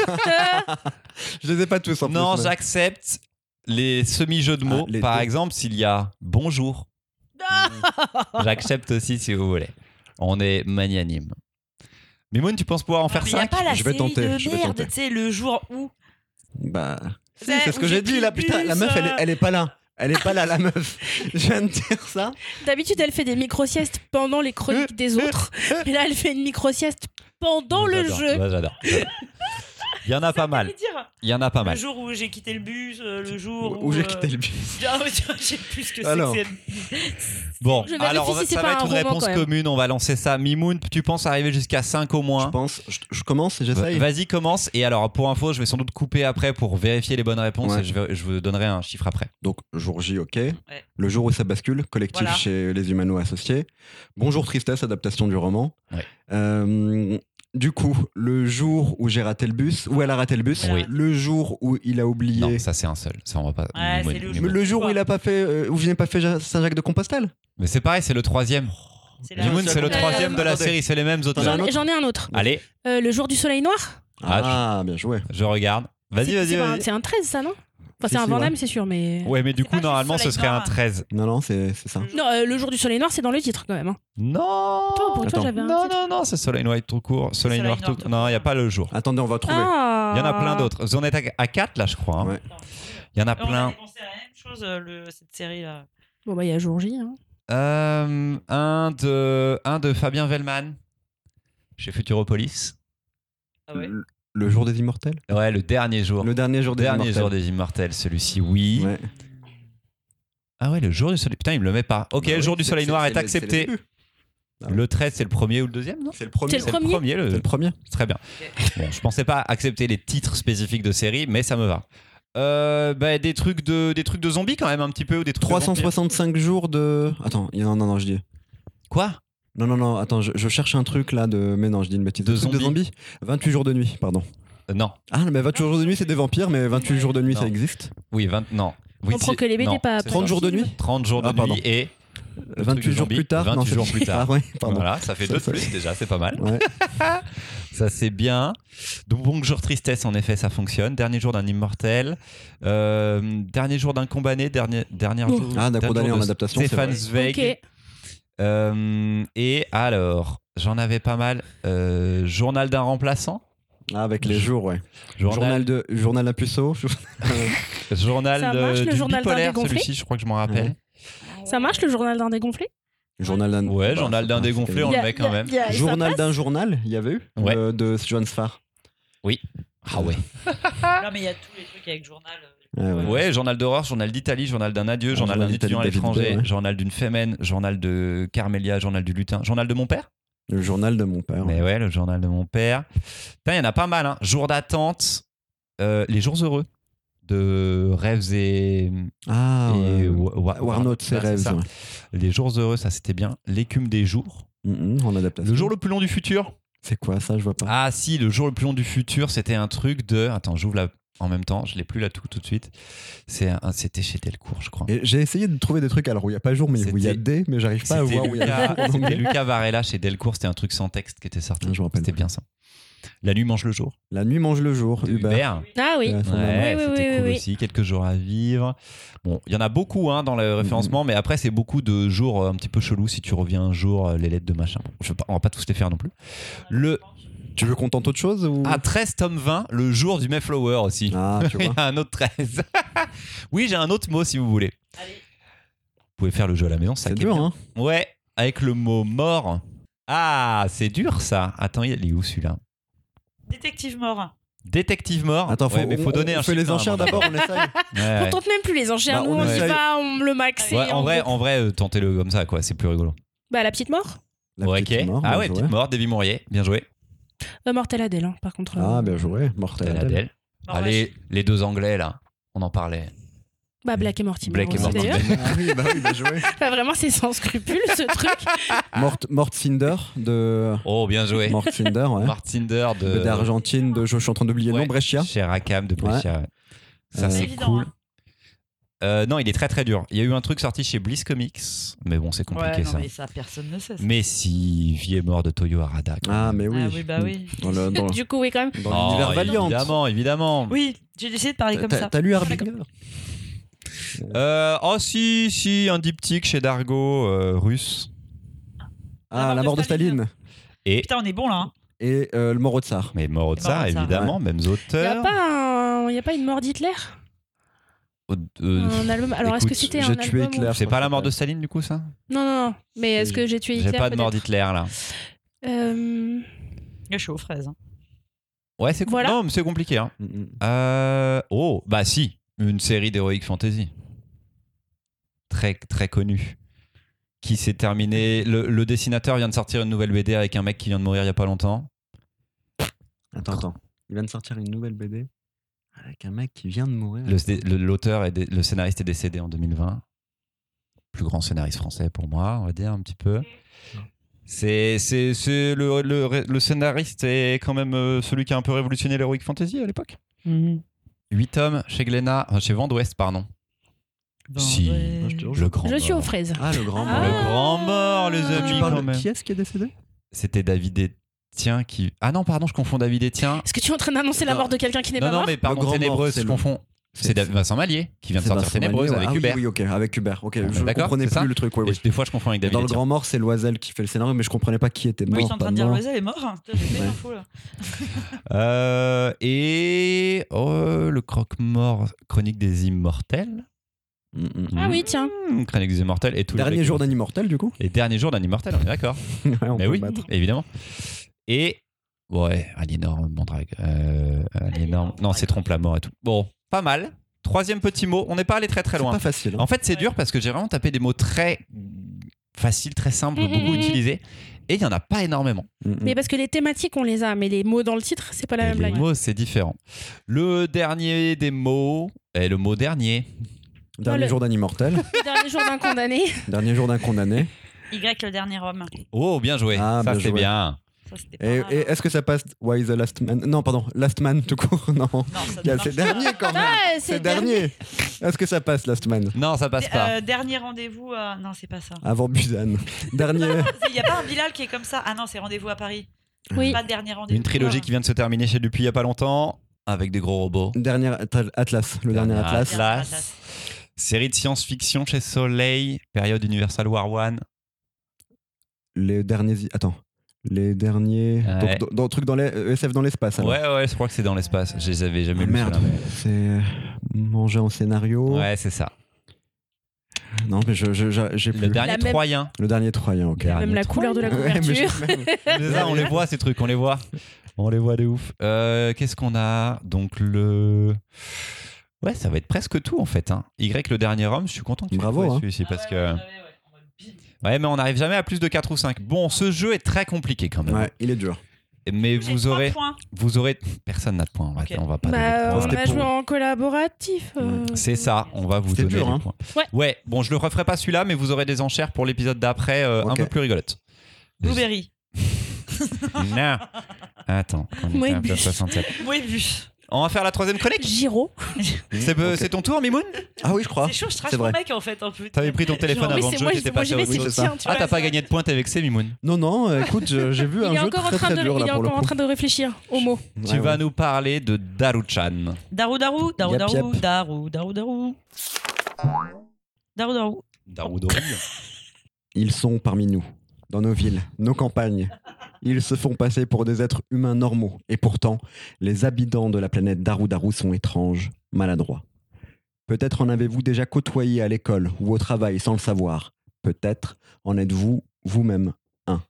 Je les ai pas tous en plus, Non, mais- j'accepte les semi-jeux de mots. Ah, les Par deux. exemple, s'il y a bonjour, j'accepte aussi si vous voulez. On est magnanime. Mimoun, tu penses pouvoir en Ah, faire mais y a cinq? pas la Je vais série tenter, de je vais merde, tenter. tu sais, le jour où. Bah. Si, Ouais, c'est ce où que j'ai j'ai pris dit là, le putain, la bus, meuf elle est, euh. elle est pas là. Elle est pas là, la meuf. Je viens de dire ça. D'habitude, elle fait des micro-siestes pendant les chroniques des autres. Mais là, elle fait une micro-sieste pendant le J'adore. jeu. Ouais, j'adore. Il y en a pas mal. J'allais dire. Il y en a pas Le mal. jour où j'ai quitté le bus, euh, le jour où. Où j'ai euh, quitté le bus. Ah, ouais, tu vois, j'ai plus ce que c'est Alors. que c'est. Bon, Je vérifie alors on va- si c'est ça pas va être un une roman, réponse quand même. commune. On va lancer ça. Mimoun, tu penses arriver jusqu'à cinq au Je moins? pense. Je, je commence et j'essaye. Vas-y, commence. Et alors, pour info, je vais sans doute couper après pour vérifier les bonnes réponses Ouais. et je, vais- je vous donnerai un chiffre après. Donc, jour J, ok. Le jour où ça bascule, collectif Voilà. chez les Humano Associés. Bonjour Tristesse, adaptation du roman. Ouais. Euh, du coup, le jour où j'ai raté le bus, où elle a raté le bus, Oui. le jour où il a oublié. Non, ça c'est un seul. Ça, on va pas. Ouais, Mimoun, c'est le Mimoun. Mais le jour où il a pas fait, euh, où je n'ai pas fait Ja- Saint-Jacques de Compostelle. Mais c'est pareil, c'est le troisième. C'est la- Mimoun, c'est le Euh, troisième de la attendez. série. C'est les mêmes auteurs. J'en ai un J'en autre j'en ai un autre. Allez, Euh, le jour du soleil noir. Ah, Ah, bien joué. je regarde. Vas-y, C'est- vas-y, c'est pas un- vas-y. C'est un treize, ça, non Enfin, Si, c'est un si, Vandame, ouais. c'est sûr, mais. Ouais, mais du C'est coup, pas normalement, juste ce serait un Soleil Noir. treize. Non, non, c'est c'est ça. Non, euh, le jour du soleil noir, c'est dans le titre quand même. hein. Non Toi, pour toi, Attends. j'avais un Non, titre. non, non, c'est Soleil Noir tout court. Soleil Soleil Noir Noir tout tout Non, il court. n'y a pas le jour. Attendez, on va trouver. Ah. Il y en a plein d'autres. Vous en êtes à quatre là, je crois. hein. Ouais. Il y en a On plein. avait pensé à la même chose, euh, le- cette série-là. Bon, bah, il y a jour J. hein. Euh, un, de, un de Fabien Vellman chez Futuropolis. Ah ouais. Le, le jour des immortels. Ouais, le dernier jour. Le dernier jour des dernier immortels. jour des immortels, celui-ci, oui. Ouais. Ah ouais, le jour du soleil. Putain, il me le met pas. Ok, Bah le oui, jour du c'est- soleil c'est- noir c'est est le- accepté. c'est le début. Le treize, c'est le premier ou le deuxième, non? C'est le premier. C'est le C'est premier. le premier. le- C'est le premier. Très bien. Bon, je pensais pas accepter les titres spécifiques de séries, mais ça me va. Euh, bah, des trucs de des trucs de zombies quand même un petit peu ou des trucs de trois cent soixante-cinq jours de. Attends, non, non, non, je dis. Quoi? Non, non, non, attends, je, je cherche un truc là de. Mais non, je dis une bêtise. De De, truc de zombies. zombies vingt-huit jours de nuit, pardon. Euh, non. Ah, mais vingt-huit jours de nuit, c'est des vampires, mais vingt-huit jours de nuit, Non. ça existe. Oui, vingt non. Oui, On prend c'est- que les B D, non, pas- c'est pas trente ça. jours de nuit trente jours de Ah, pardon. nuit et le truc vingt-huit de jours zombie, plus tard. vingt-huit non, c'est- jours plus tard. Ah, ouais, pardon. Voilà, ça fait Ça, deux de ça- plus déjà, c'est pas mal. Ouais. Ça c'est bien. Donc Bonjour Tristesse, en effet, ça fonctionne. Dernier jour d'un immortel. Euh, dernier jour d'un condamné. Dernier, dernier Oh. jour. Ah, d'un dernier condamné jour en de adaptation, c'est Stéphane vrai. Zweig. Ok. Euh, et alors, j'en avais pas mal. Euh, journal d'un remplaçant. Ah, avec les jours, ouais. Journal, Journal de journal d'un puceau. journal Ça de- marche, le du journal d'un bipolaire, dégonflé celui-ci, je crois que je m'en rappelle. Ça marche le journal d'un dégonflé? Journal d'un. Ouais, Bah, journal d'un c'est- dégonflé, on Il y le a- met quand même. il y a- ça Journal passe d'un journal, il y avait eu Ouais. euh, de Johan Sfar. Ah ouais. Non, mais il y a tous les trucs avec journal. euh, Ouais, ouais. Ouais, journal d'horreur, journal d'Italie, journal d'un adieu, Ah, journal journal d'un d'Italie étudiant à de David l'étranger, Bay, ouais. journal d'une fémène, journal de Carmélia, journal du lutin, journal de mon père. Le journal de mon père. Mais ouais, le journal de mon père. Putain, il y en a pas mal. Hein. Jour d'attente, euh, les jours heureux de Rêves et, Ah, et ouais. Wa- Wa- Warnote, Wa- c'est ouais, rêves. ça. ouais. Les jours heureux, ça c'était bien. L'écume des jours. Mhm, en adaptation. Le jour le plus long du futur. C'est quoi ça? Je vois pas. Ah si, le jour le plus long du futur, c'était un truc de. Attends, j'ouvre la. En même temps, je l'ai plus là tout tout de suite. C'est un- c'était chez Delcourt, je crois. Et j'ai essayé de trouver des trucs alors où il n'y a pas jour, mais où il y a C'était- des, mais j'arrive pas à C'était voir où il y a Lucas, jour. en c'était anglais. Lucas Varela chez Delcourt, c'était un truc sans texte qui était sorti. Ah, je me rappelle C'était plus. bien ça. La nuit mange le jour. La nuit mange le jour. Uber. Hubert. Ah oui. Ouais, son maman. Ouais, Oui, oui, c'était oui, cool oui. aussi. Quelques jours à vivre. Bon, il y en a beaucoup hein, dans le référencement, mais après, c'est beaucoup de jours euh, un petit peu chelous. Si tu reviens un jour, euh, les lettres de machin. Bon, je veux pas, on va pas tous les faire non plus. Le Tu veux qu'on tente autre chose ou... à treize tome vingt, le jour du Mayflower aussi. Ah, tu Il y vois. a un autre treize. Oui, j'ai un autre mot si vous voulez. Allez. Vous pouvez faire le jeu à la maison, ça C'est qui est dur, bien. hein. Ouais, avec le mot mort. Ah, c'est dur ça. Attends, il est où celui-là? Détective mort. Détective mort. Attends, faut, Ouais, mais faut on, donner on un fait les chiffre, enchères hein, d'abord, on essaye. Ouais, On ouais. tente même plus les enchères. Bah, Nous, on on y essaye. va, on le max. et Ouais, en on vrai, groupe. en vrai, euh, tentez-le comme ça, quoi. C'est plus rigolo. Bah, la petite mort. La Ouais, petite ok. mort, ah bien ouais, joué. petite mort, Davy Mourier, bien joué. Euh, Mortel Adèle, hein, par contre. Ah, euh, bien joué. Mortel Adèle. Adèle. Adèle. Mort Allez, les deux Anglais là, on en parlait. Bah, Black et Mortimer. Black et aussi, Mortimer. d'ailleurs. Ah oui, bah oui, bien joué. Bah, vraiment, c'est sans scrupule, ce truc. Mort, Mort Cinder de. Oh, bien joué. Mort Cinder, ouais. Martinder de. D'Argentine, de. Je suis en train d'oublier le Ouais, nom, Brescia. Chez Rakam de Brescia. ouais. Ça, Euh, c'est évident, cool. hein. Euh, non, il est très très dur. Il y a eu un truc sorti chez Bliss Comics, mais bon, c'est compliqué Ouais, non, ça. mais ça, personne ne sait. ça. Mais si, vie et mort de Toyo Harada. quand Ah, même. mais oui. Ah oui, bah oui. Dans le- dans- Du coup, oui, quand même. dans Oh, l'univers Valiant. Évidemment, évidemment. Oui, j'ai décidé de parler comme T'as ça. t'as lu Harbinger? Euh, oh si, si, un diptyque chez Dargo euh, russe. Ah, La mort de Staline. Et, Putain, on est bon là. Hein. Et euh, Le mort au tsar. mais mort au Et mort au tsar, tsar, évidemment, mêmes Il n'y a, auteurs. pas un... y a pas une mort d'Hitler Euh, euh, Un album. Alors, est-ce que écoute, c'était un J'ai album tué ou- Hitler. c'est pas la mort de Staline du coup ça? Non, non, non. Mais est-ce que j'ai tué Hitler J'ai pas de mort peut-être d'Hitler là. Euh, Je suis aux fraises. hein. Ouais, c'est com- Voilà. non, mais c'est compliqué. Hein. Mm, mm. Euh, Oh, bah si, une série d'Heroic Fantasy. Très, très connue. Qui s'est terminée. Le, le dessinateur vient de sortir une nouvelle B D avec un mec qui vient de mourir il y a pas longtemps. Attends, attends. Il vient de sortir une nouvelle B D avec un mec qui vient de mourir. Le, le- l'auteur, est dé- le scénariste est décédé en deux mille vingt. Plus grand scénariste français pour moi, on va dire un petit peu. C'est, c'est, c'est le, le, le scénariste est quand même euh, celui qui a un peu révolutionné l'Heroic Fantasy à l'époque. huit tomes chez Glénat, enfin, chez Vent d'Ouest, pardon. Si. ouais. je te jure, Le grand Je suis mort. aux fraises. Ah, le grand Ah. mort. Le grand mort, les Ah. amis, Tu parles quand de même. qui est-ce qui est décédé? C'était David Etienne qui. Ah non, pardon, je confonds David Etienne. Est-ce que tu es en train d'annoncer la Non. mort de quelqu'un qui n'est Non, pas non, mort mais pardon, grand mort, Ténébreuse, c'est je le- confonds. C'est Da- Vincent Mallier qui vient de C'est sortir Vincent Ténébreuse Mallier, ouais. avec Ah oui, Hubert. Oui, ok, avec Hubert. Ok, On est je ne d'accord, comprenais c'est ça plus le truc. Oui, Et oui. des fois, je confonds avec Et David dans le Etienne. grand mort, c'est Loisel qui fait le scénario, mais je comprenais pas qui était mort. Oui, ils sont en pas train de dire mort. Loisel est mort. hein. Putain, j'ai fait Ouais. l'info là. Euh, et oh, le croque-mort Chronique des Immortels. Mm, mm. Ah oui, tiens. Mmh, Chronique des Immortels et tout. Dernier jour d'un immortel, du coup. Et dernier jour d'un immortel, on est d'accord. Ouais, on Mais peut oui, le battre. évidemment. Et ouais, Aliénor Mandrague. Euh, Aliénor. Non, c'est Trompe la mort et tout. Bon, pas mal. Troisième petit mot. On n'est pas allé très très C'est loin. pas facile. hein. En fait, c'est dur parce que j'ai vraiment tapé des mots très faciles, très simples, Mm, mm, beaucoup mm. utilisés. Et il n'y en a pas énormément. Mm, mm. Mais parce que les thématiques, on les a, mais les mots dans le titre, c'est pas la Et même les blague. mots, c'est différent. Le dernier des mots, Et le mot dernier. Dernier le- jour d'un immortel. Dernier jour d'un condamné. Dernier jour d'un condamné. Y, le dernier homme. Oh, bien joué. Ah, ça, bien c'était joué. bien. Ça, c'était pas Et, mal, et hein. est-ce que ça passe Why the Last Man Non, pardon, Last Man tout court. Non. Non, ça Il y a ne ces marche pas. derniers quand même. Ah, C'est dernier. Est-ce que ça passe Last Man Non, ça passe pas. Euh, dernier rendez-vous à... Non, c'est pas ça. Avant Busan. Dernier. Il n'y a pas un Bilal qui est comme ça. Ah non, c'est rendez-vous à Paris. Oui. Pas de dernier rendez-vous. Une trilogie qui vient de se terminer chez Dupuis il y a pas longtemps, avec des gros robots. Dernier Atlas. Atlas. Le dernier Dernier Atlas. Dernier Atlas. Atlas. Série de science-fiction chez Soleil, période Universal War One. Les derniers. Attends. Les derniers. Ouais. Donc, dans, dans, truc dans les E S F dans l'espace. alors. Ouais, ouais, je crois que c'est dans l'espace. Je les avais jamais Ah, lus. merde. ceux-là, C'est euh, manger en scénario. mais- Ouais, c'est ça. Non, mais je, je- je- j'ai Le plus. dernier La même- Troyen. Le dernier Troyen, ok. Dernier Même la Troyen. couleur de la Ouais, mais j'ai- couverture. C'est ça, on les voit ces trucs, on les voit. On les voit de ouf. Euh, Qu'est-ce qu'on a Donc le. Ouais, ça va être presque tout en fait. Hein. Y, le dernier homme, je suis content que tu Bravo, l'aies trouvé, hein. celui-ci parce que. Ouais, mais on n'arrive jamais à plus de quatre ou cinq. Bon, ce jeu est très compliqué quand même. Ouais, il est dur. Mais J'ai vous trois aurez. points. Vous aurez. Personne n'a de points. On va, Ok. on va pas. donner de Bah, points. on C'était va pour- jouer en collaboratif. euh. C'est ça, on va vous C'était donner dur, les hein. points. Ouais. Ouais, bon, je le referai pas celui-là, mais vous aurez des enchères pour l'épisode d'après, euh, un Ok. peu plus rigolote. Blueberry. Non. Attends, on était Moi, un peu à bûche. soixante-sept. Oui, bûche. On va faire la troisième chronique. Giro. C'est Ok. c'est ton tour, Mimoun. Ah oui, je crois. C'est chaud, je trash c'est mon vrai. mec en fait un peu. T'avais pris ton téléphone Genre, oui, avant c'est le jeu, moi, t'étais moi, passé je à vais autre chose. essayer, tiens, tu Ah, vois, t'as pas ça. gagné de points, t'es vexé, Mimoun. Non, non, euh, écoute, je- j'ai vu un Il est jeu encore en très train très de, dur il là est pour le encore en coup. train de réfléchir au mot. Tu Ouais, vas ouais. nous parler de Daruchan. Darou Darou, Darou Yep, Darou, yep. Darou Darou Darou. Darou Darou. Darudori. Ils sont parmi nous, dans nos villes, nos campagnes. Ils se font passer pour des êtres humains normaux. Et pourtant, les habitants de la planète Darou Darou sont étranges, maladroits. Peut-être en avez-vous déjà côtoyé à l'école ou au travail sans le savoir. Peut-être en êtes-vous vous-même un.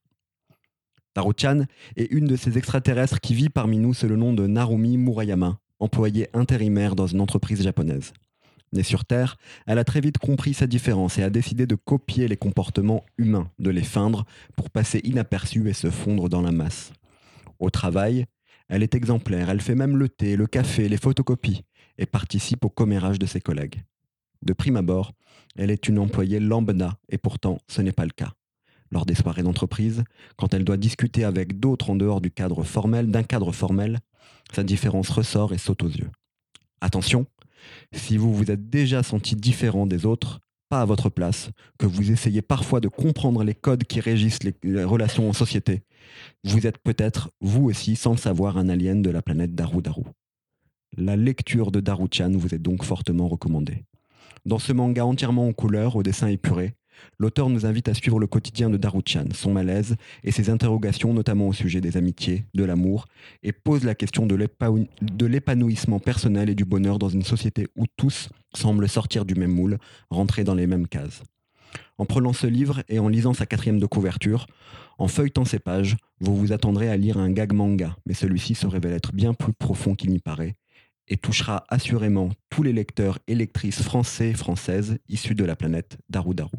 Daruchan est une de ces extraterrestres qui vit parmi nous sous le nom de Narumi Murayama, employée intérimaire dans une entreprise japonaise. Née sur Terre, elle a très vite compris sa différence et a décidé de copier les comportements humains, de les feindre pour passer inaperçue et se fondre dans la masse. Au travail, elle est exemplaire, elle fait même le thé, le café, les photocopies et participe au commérage de ses collègues. De prime abord, elle est une employée lambda et pourtant ce n'est pas le cas. Lors des soirées d'entreprise, quand elle doit discuter avec d'autres en dehors du cadre formel, d'un cadre formel, sa différence ressort et saute aux yeux. Attention, si vous vous êtes déjà senti différent des autres, pas à votre place, que vous essayez parfois de comprendre les codes qui régissent les, les relations en société, vous êtes peut-être, vous aussi, sans le savoir, un alien de la planète Darou Darou. La lecture de Daruchan vous est donc fortement recommandée. Dans ce manga entièrement en couleurs, au dessin épuré, l'auteur nous invite à suivre le quotidien de Daruchan, son malaise et ses interrogations notamment au sujet des amitiés, de l'amour, et pose la question de l'épa- de l'épanouissement personnel et du bonheur dans une société où tous semblent sortir du même moule, rentrer dans les mêmes cases. En prenant ce livre et en lisant sa quatrième de couverture, en feuilletant ses pages, vous vous attendrez à lire un gag manga, mais celui-ci se révèle être bien plus profond qu'il n'y paraît, et touchera assurément tous les lecteurs et lectrices français et françaises issus de la planète Darou Darou.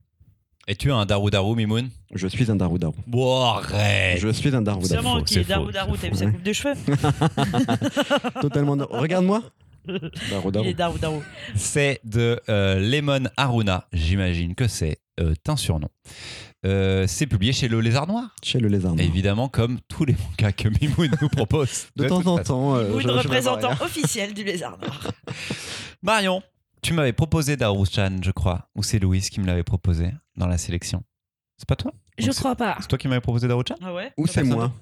Es-tu un Darudaru, Mimoun? Je suis un Darou Darou. Bon, arrête. Je suis un Darou Darou. Sûrement faux, qui c'est est Darou faux, Darou, c'est t'as vu faux. sa coupe de cheveux? Totalement. Regarde-moi. Darou Il Darou. est Darou Darou. C'est de euh, Lemon Haruna. J'imagine que c'est euh, un surnom. Euh, c'est publié chez Le Lézard Noir. Chez le lézard noir. Évidemment, comme tous les mangas que Mimoun nous propose. De temps toute en façon. temps. euh, Ou je- le je vais représentant voir, officiel du Lézard Noir. Marion, tu m'avais proposé Daruchan, je crois. Ou c'est Louise qui me l'avait proposé dans la sélection. C'est pas toi? Je Donc, crois pas. C'est toi qui m'avais proposé Daruchan? Ah ouais? Ou c'est personne moi.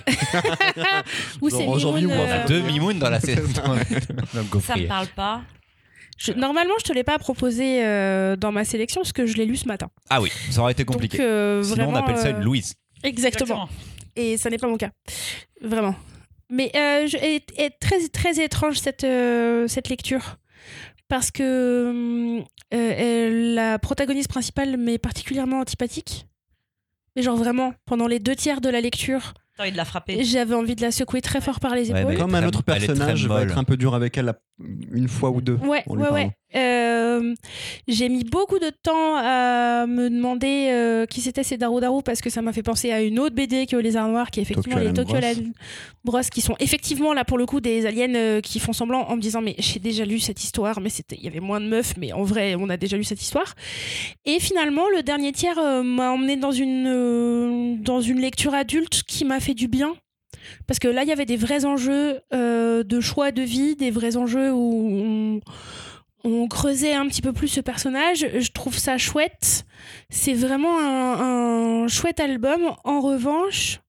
Ou c'est Laurent Janvier Mimoun, ou On euh, a deux Mimoun dans la sélection. Ça me parle pas. je- Normalement, je te l'ai pas proposé euh, dans ma sélection parce que je l'ai lu ce matin. Ah oui, ça aurait été compliqué. Donc, euh, Sinon, vraiment, on appelle ça euh, une Louise. Exactement. Et ça n'est pas mon cas. Vraiment. Mais euh, je- est, est très, très étrange cette, euh, cette lecture. Parce que hum, euh, elle- la protagoniste principale m'est particulièrement antipathique. Mais genre vraiment, pendant les deux tiers de la lecture, T'as envie de la frapper. j'avais envie de la secouer très fort par les Ouais, épaules. mais- Comme un très- autre elle est très personnage va molle. être un peu dur avec elle la une fois ou deux. Ouais, en lui ouais, parlant. ouais. Euh, j'ai mis beaucoup de temps à me demander euh, qui c'était ces Daru Daru parce que ça m'a fait penser à une autre B D qui est au Lézard Noir, qui est effectivement Tokyo les Tokyo Alien Alien Bros, qui sont effectivement là pour le coup des aliens euh, qui font semblant en me disant mais j'ai déjà lu cette histoire, mais c'était il y avait moins de meufs, mais en vrai on a déjà lu cette histoire. Et finalement le dernier tiers euh, m'a emmené dans une euh, dans une lecture adulte qui m'a fait du bien. Parce que là, il y avait des vrais enjeux euh, de choix de vie, des vrais enjeux où on, on creusait un petit peu plus ce personnage. Je trouve ça chouette. C'est vraiment un, un chouette album. En revanche,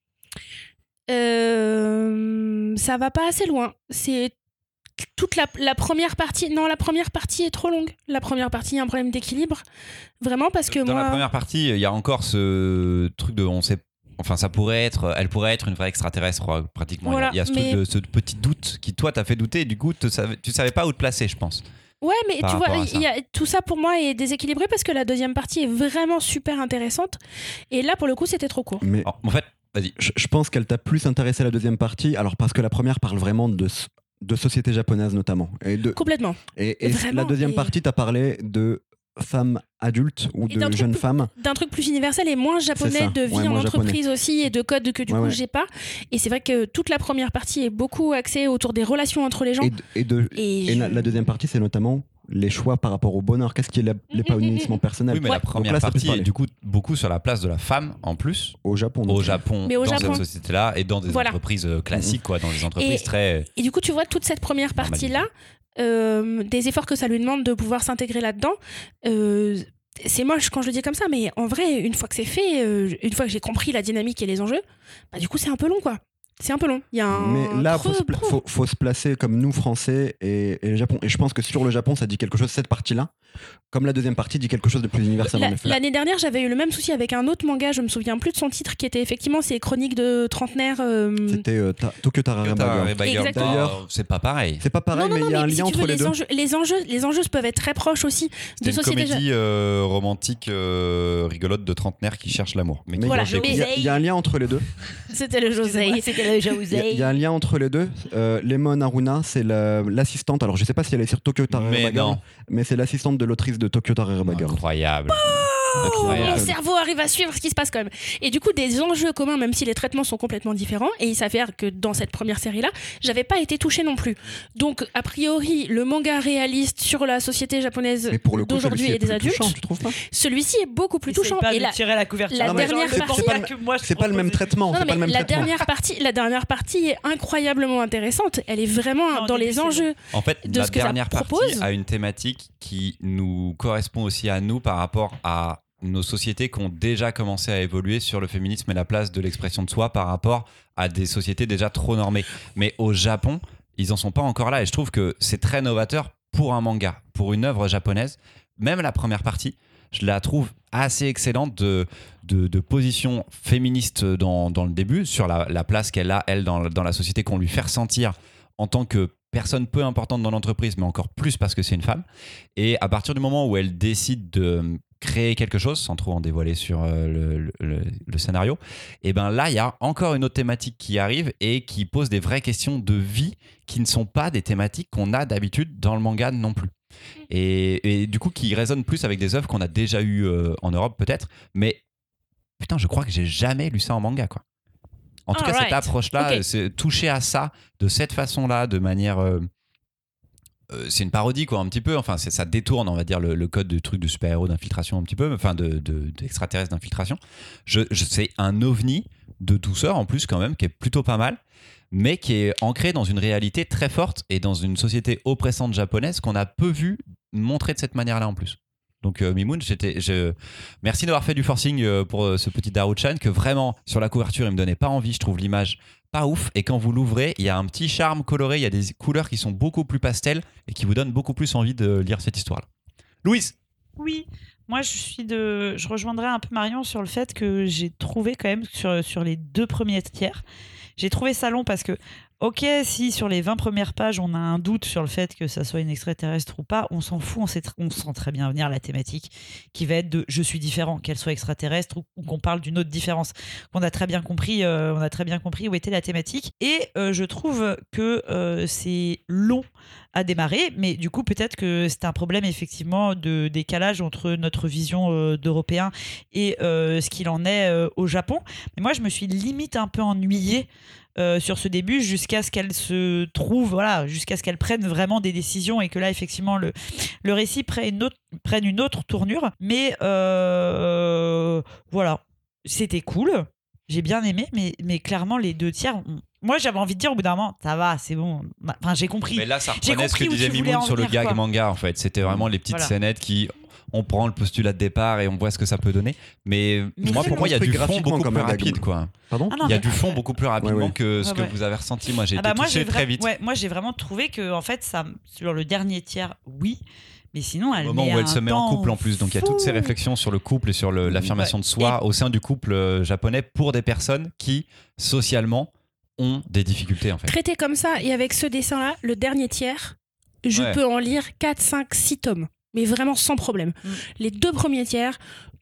euh, ça va pas assez loin. C'est toute la, la première partie. Non, la première partie est trop longue. La première partie, il y a un problème d'équilibre. Vraiment, parce que Dans moi... la première partie, il y a encore ce truc de on sait. Enfin, ça pourrait être, elle pourrait être une vraie extraterrestre, pratiquement. Voilà, il y a, il y a ce, mais... truc de, ce petit doute qui, toi, t'as fait douter, et du coup, te savais, tu savais pas où te placer, je pense. Ouais, mais Par tu vois, rapport à il y a, tout ça pour moi est déséquilibré parce que la deuxième partie est vraiment super intéressante. Et là, pour le coup, c'était trop court. Mais Alors, en fait, vas-y. je, je pense qu'elle t'a plus intéressé la deuxième partie, alors parce que la première parle vraiment de, de société japonaise notamment. Et, de, Complètement. et, et Vraiment, la deuxième et- partie t'a parlé de femmes adultes ou Et d'un de truc jeunes plus- femmes. D'un truc plus universel et moins japonais, C'est ça, de vie ouais, en moins entreprise aussi et de codes que du Ouais, coup ouais. j'ai pas. Et c'est vrai que toute la première partie est beaucoup axée autour des relations entre les gens. Et, de- et, de, Et et je- la, la deuxième partie, c'est notamment les choix par rapport au bonheur. Qu'est-ce qui est la- l'épanouissement personnel. Oui, mais la Donc première là, ça peut partie parler. est du coup beaucoup sur la place de la femme, en plus, Au Japon. au donc. Japon, Mais au dans Japon. cette société-là, et dans des Voilà. entreprises euh, classiques, quoi, dans des entreprises Et- très... Et du coup, tu vois, toute cette première partie-là, euh, des efforts que ça lui demande de pouvoir s'intégrer là-dedans, euh, c'est moche quand je le dis comme ça, mais en vrai, une fois que c'est fait, euh, une fois que j'ai compris la dynamique et les enjeux, bah, du coup, c'est un peu long, quoi. C'est un peu long. Il y a un Mais là, faut creux se, pla- pro. faut, faut se placer comme nous, Français et, et le Japon. Et je pense que sur le Japon, ça dit quelque chose, cette partie-là. Comme la deuxième partie dit quelque chose de plus universel, La- en effet. L'année dernière, j'avais eu le même souci avec un autre manga, je me souviens plus de son titre, qui était effectivement ces chroniques de trentenaires. euh, C'était euh, ta- Tokyo Tarareba Girl. Exactement. D'ailleurs, c'est pas pareil. C'est pas pareil, non, non, mais non, il y a un mais lien si tu entre veux, les les deux. enjeux, les, enjeux, les enjeux peuvent être très proches aussi de C'est une société. comédie euh, romantique euh, rigolote de trentenaires qui cherchent l'amour. Mais qui Mais Voilà, mangent des mais- il y, a- il y a un lien entre les deux. C'était le Josei. C'était le Il y, a, il y a un lien entre les deux. Euh, Lemon Haruna, c'est la- l'assistante. Alors, je sais pas si elle est sur Tokyo Tarareba Mais Girl, non. mais c'est l'assistante de l'autrice de Tokyo Tarareba Girl. Incroyable. Oh, mon Incroyable. cerveau arrive à suivre ce qui se passe quand même. Et du coup, des enjeux communs, même si les traitements sont complètement différents. Et il s'avère que dans cette première série-là, j'avais pas été touchée non plus. Donc, a priori, le manga réaliste sur la société japonaise Mais pour le coup, d'aujourd'hui celui-ci et est des plus adultes, touchant, tu trouves pas celui-ci est beaucoup plus Essaye touchant. pas Et de la, tirer la couverture. la Non, mais dernière genre, partie- c'est pas, que moi, je C'est pas le même proposais. traitement. Non, C'est non, pas le mais même la traitement. dernière partie, la dernière partie est incroyablement intéressante. Elle est vraiment Non, au dans début, les c'est enjeux. En fait, de la ce que ça dernière partie propose. a une thématique qui nous correspond aussi à nous par rapport à nos sociétés qui ont déjà commencé à évoluer sur le féminisme et la place de l'expression de soi par rapport à des sociétés déjà trop normées. Mais au Japon, ils en sont pas encore là et je trouve que c'est très novateur pour un manga, pour une œuvre japonaise. Même la première partie, je la trouve assez excellente de, de, de position féministe dans, dans le début, sur la, la place qu'elle a, elle, dans, dans la société, qu'on lui fait ressentir en tant que personne peu importante dans l'entreprise, mais encore plus parce que c'est une femme. Et à partir du moment où elle décide de créer quelque chose, sans trop en dévoiler sur euh, le, le, le scénario, et ben là, il y a encore une autre thématique qui arrive et qui pose des vraies questions de vie qui ne sont pas des thématiques qu'on a d'habitude dans le manga non plus. Et, et du coup, qui résonnent plus avec des œuvres qu'on a déjà eues euh, en Europe peut-être, mais putain, je crois que j'ai jamais lu ça en manga, quoi. En tout cas, Alright. cette approche-là, Ok. c'est toucher à ça de cette façon-là, de manière. euh, euh, c'est une parodie, quoi, un petit peu. Enfin, c'est- ça détourne, on va dire, le, le code du truc de super-héros d'infiltration, un petit peu, enfin, de, de, d'extraterrestre d'infiltration. Je, je, c'est un ovni de douceur, en plus, quand même, qui est plutôt pas mal, mais qui est ancré dans une réalité très forte et dans une société oppressante japonaise qu'on a peu vu montrer de cette manière-là, en plus. Donc euh, Mimoun, j'étais, je... merci d'avoir fait du forcing euh, pour euh, ce petit Daru-chan que vraiment sur la couverture il me donnait pas envie, je trouve l'image pas ouf et quand vous l'ouvrez il y a un petit charme coloré, il y a des couleurs qui sont beaucoup plus pastel et qui vous donnent beaucoup plus envie de lire cette histoire-là. Louise. Oui, moi je suis de, je rejoindrais un peu Marion sur le fait que j'ai trouvé quand même sur, sur les deux premiers tiers, j'ai trouvé ça long parce que Ok, si sur les vingt premières pages, on a un doute sur le fait que ça soit une extraterrestre ou pas, on s'en fout, on, sait tr- on sent très bien venir la thématique qui va être de je suis différent, qu'elle soit extraterrestre ou, ou qu'on parle d'une autre différence. On a très bien compris, euh, on a très bien compris où était la thématique. Et euh, je trouve que euh, c'est long à démarrer, mais du coup peut-être que c'est un problème effectivement de décalage entre notre vision euh, d'Européens et euh, ce qu'il en est euh, au Japon. Mais moi je me suis limite un peu ennuyée Euh, sur ce début jusqu'à ce qu'elle se trouve, voilà, jusqu'à ce qu'elle prenne vraiment des décisions et que là, effectivement, le, le récit prenne une autre, prenne une autre tournure. Mais euh, voilà, c'était cool. J'ai bien aimé, mais, mais clairement, les deux tiers. on- Moi, j'avais envie de dire au bout d'un moment, ça va, c'est bon. Enfin, j'ai compris. Mais là, ça J'ai reprenait ce que compris où disait tu voulais Mimoun en sur le venir, gag quoi. manga, en fait. C'était vraiment les petites Voilà. scénettes qui. On prend le postulat de départ et on voit ce que ça peut donner. Mais, Mais moi, c'est pour moi, il y a construit du fond graphiquement beaucoup comme plus un gag. rapide, quoi. Pardon Ah non, Il y a mais- du fond beaucoup plus rapidement Ouais, ouais. que ce Ouais, que ouais. vous avez ressenti. Moi, j'ai Ah été bah, moi, touché j'ai très vra- vite. ouais, moi, j'ai vraiment trouvé que, en fait, ça, sur le dernier tiers, oui. Mais sinon, elle Au moment met où elle un se met en temps couple en plus. Donc il y a toutes ces fou. réflexions sur le couple et sur le- l'affirmation Ouais. de soi au sein du couple euh, japonais pour des personnes qui, socialement, ont des difficultés, en fait. Traité comme ça, et avec ce dessin-là, le dernier tiers, je Ouais. peux en lire quatre, cinq, six tomes. Mais vraiment sans problème. Mm. Les deux premiers tiers,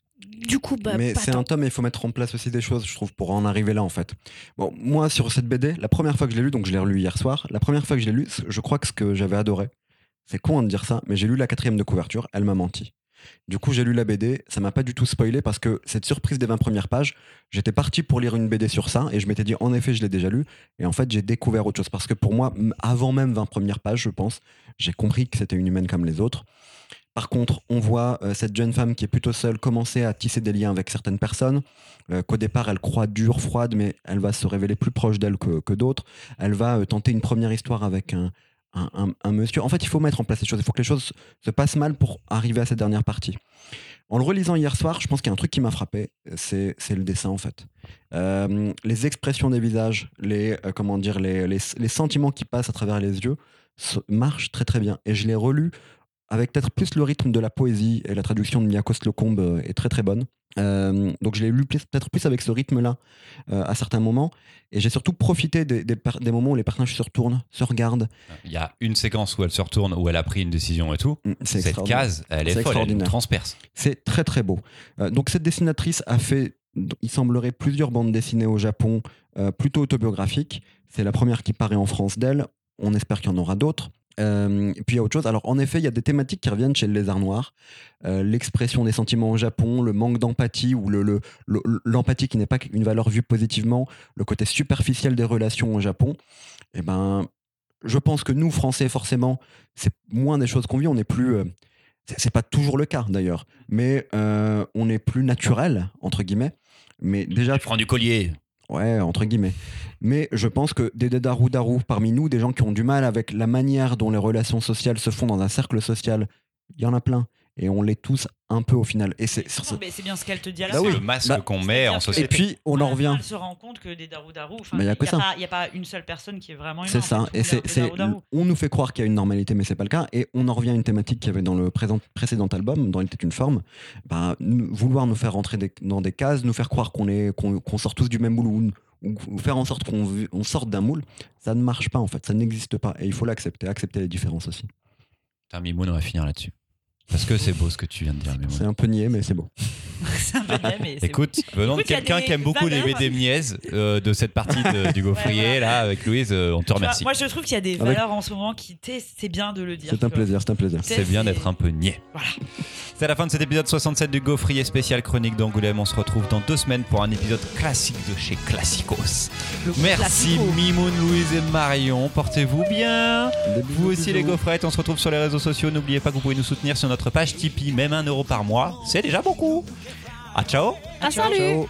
du coup, bah, Mais pas c'est tant. un tome et il faut mettre en place aussi des choses, je trouve, pour en arriver là, en fait. Bon, moi, sur cette B D, la première fois que je l'ai lu, donc je l'ai relu hier soir, la première fois que je l'ai lu, je crois que ce que j'avais adoré, c'est con hein, de dire ça, mais j'ai lu la quatrième de couverture, elle m'a menti. Du coup, j'ai lu la B D, ça m'a pas du tout spoilé parce que cette surprise des vingt premières pages, j'étais parti pour lire une B D sur ça et je m'étais dit, en effet, je l'ai déjà lu. Et en fait, j'ai découvert autre chose parce que pour moi, m- avant même vingt premières pages, je pense, j'ai compris que c'était une humaine comme les autres. Par contre, on voit euh, cette jeune femme qui est plutôt seule commencer à tisser des liens avec certaines personnes, euh, qu'au départ elle croit dure, froide, mais elle va se révéler plus proche d'elle que, que d'autres. Elle va euh, tenter une première histoire avec un, un, un- un monsieur. En fait, il faut mettre en place les choses. Il faut que les choses se passent mal pour arriver à cette dernière partie. En le relisant hier soir, je pense qu'il y a un truc qui m'a frappé, c'est, c'est le dessin en fait. Euh, les expressions des visages, les, euh, comment dire, les, les, les sentiments qui passent à travers les yeux se- marchent très très bien. Et je l'ai relu avec peut-être plus le rythme de la poésie, et la traduction de Miyako Slocombe euh, est très très bonne. Euh, donc je l'ai lu plus- peut-être plus avec ce rythme-là euh, à certains moments, et j'ai surtout profité des, des, per- des moments où les personnages se retournent, se regardent. Il y a une séquence où elle se retourne, où elle a pris une décision et tout. Mm, C'est Cette extraordinaire. case, elle est, C'est folle, elle nous extraordinaire. transperce. C'est très très beau. Euh, donc cette dessinatrice a fait, il semblerait, plusieurs bandes dessinées au Japon, euh, plutôt autobiographiques. C'est la première qui paraît en France d'elle. On espère qu'il y en aura d'autres. Euh, et puis il y a autre chose. Alors en effet, il y a des thématiques qui reviennent chez le Lézard Noir. Euh, l'expression des sentiments au Japon, le manque d'empathie ou le, le- le- l'empathie qui n'est pas une valeur vue positivement, le côté superficiel des relations au Japon. Et ben, je pense que nous, Français, forcément, c'est moins des choses qu'on vit. On n'est plus... euh, c'est c'est pas toujours le cas d'ailleurs, mais euh, on est plus naturel, entre guillemets. Mais déjà, Elle prend du collier. ouais, entre guillemets. Mais je pense que des daru daru parmi nous, des gens qui ont du mal avec la manière dont les relations sociales se font dans un cercle social, il y en a plein. Et on l'est tous un peu au final. Et c'est, c'est- Non, mais c'est bien ce qu'elle te dit à la Bah fin. oui. C'est le masque Bah, qu'on met en c'est-à-dire que- société. Et puis, on en revient. Elle se rend compte que des daru daru, enfin, Mais il y a n'y que a, ça. pas- y a pas une seule personne qui est vraiment humaine. C'est ça. Et c'est, c'est, on nous fait croire qu'il y a une normalité, mais c'est pas le cas. Et on en revient à une thématique qu'il y avait dans le présent- précédent album, dans Il était une forme. Bah, nous- vouloir nous faire rentrer des- dans des cases, nous faire croire qu'on, est, qu'on, qu'on sort tous du même moule ou, ou- ou faire en sorte qu'on vi- on sorte d'un moule, ça ne marche pas en fait. Ça n'existe pas. Et il faut l'accepter, accepter les différences aussi. Putain, Mimoun, on va finir là-dessus. Parce que c'est beau ce que tu viens de dire, Mimoun. C'est un peu niais, mais c'est beau. c'est un peu bien, mais c'est Écoute, venant de Écoute, il y a quelqu'un des qui aime beaucoup les valeurs. B D Mies euh, de cette partie de- du gaufrier, Ouais, voilà. là, avec Louise, euh, on te Tu vois, remercie. moi, je trouve qu'il y a des Avec- valeurs en ce moment qui, tu sais, c'est bien de le dire. C'est un tu vois. plaisir, c'est un plaisir. C'est- C'est bien c'est- d'être un peu niais. Voilà. C'est la fin de cet épisode soixante-sept du Gaufrier spécial chronique d'Angoulême. On se retrouve dans deux semaines pour un épisode classique de chez Classicos. Le Merci classico. Mimoun, Louise et Marion. Portez-vous bien. Des bisous, Vous aussi bisous. les gaufrettes, on se retrouve sur les réseaux sociaux. N'oubliez pas que vous pouvez nous soutenir sur notre page Tipeee. Même un euro par mois, c'est déjà beaucoup. Ah ciao. Ah, Ciao, salut Ciao.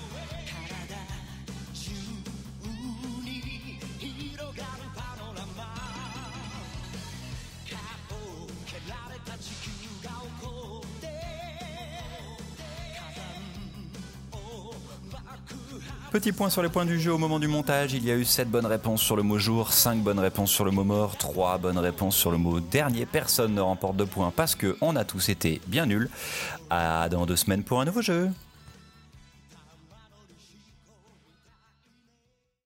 Petit point sur les points du jeu au moment du montage. Il y a eu sept bonnes réponses sur le mot jour, cinq bonnes réponses sur le mot mort, trois bonnes réponses sur le mot dernier. Personne ne remporte de points parce qu'on a tous été bien nuls. À dans deux semaines pour un nouveau jeu.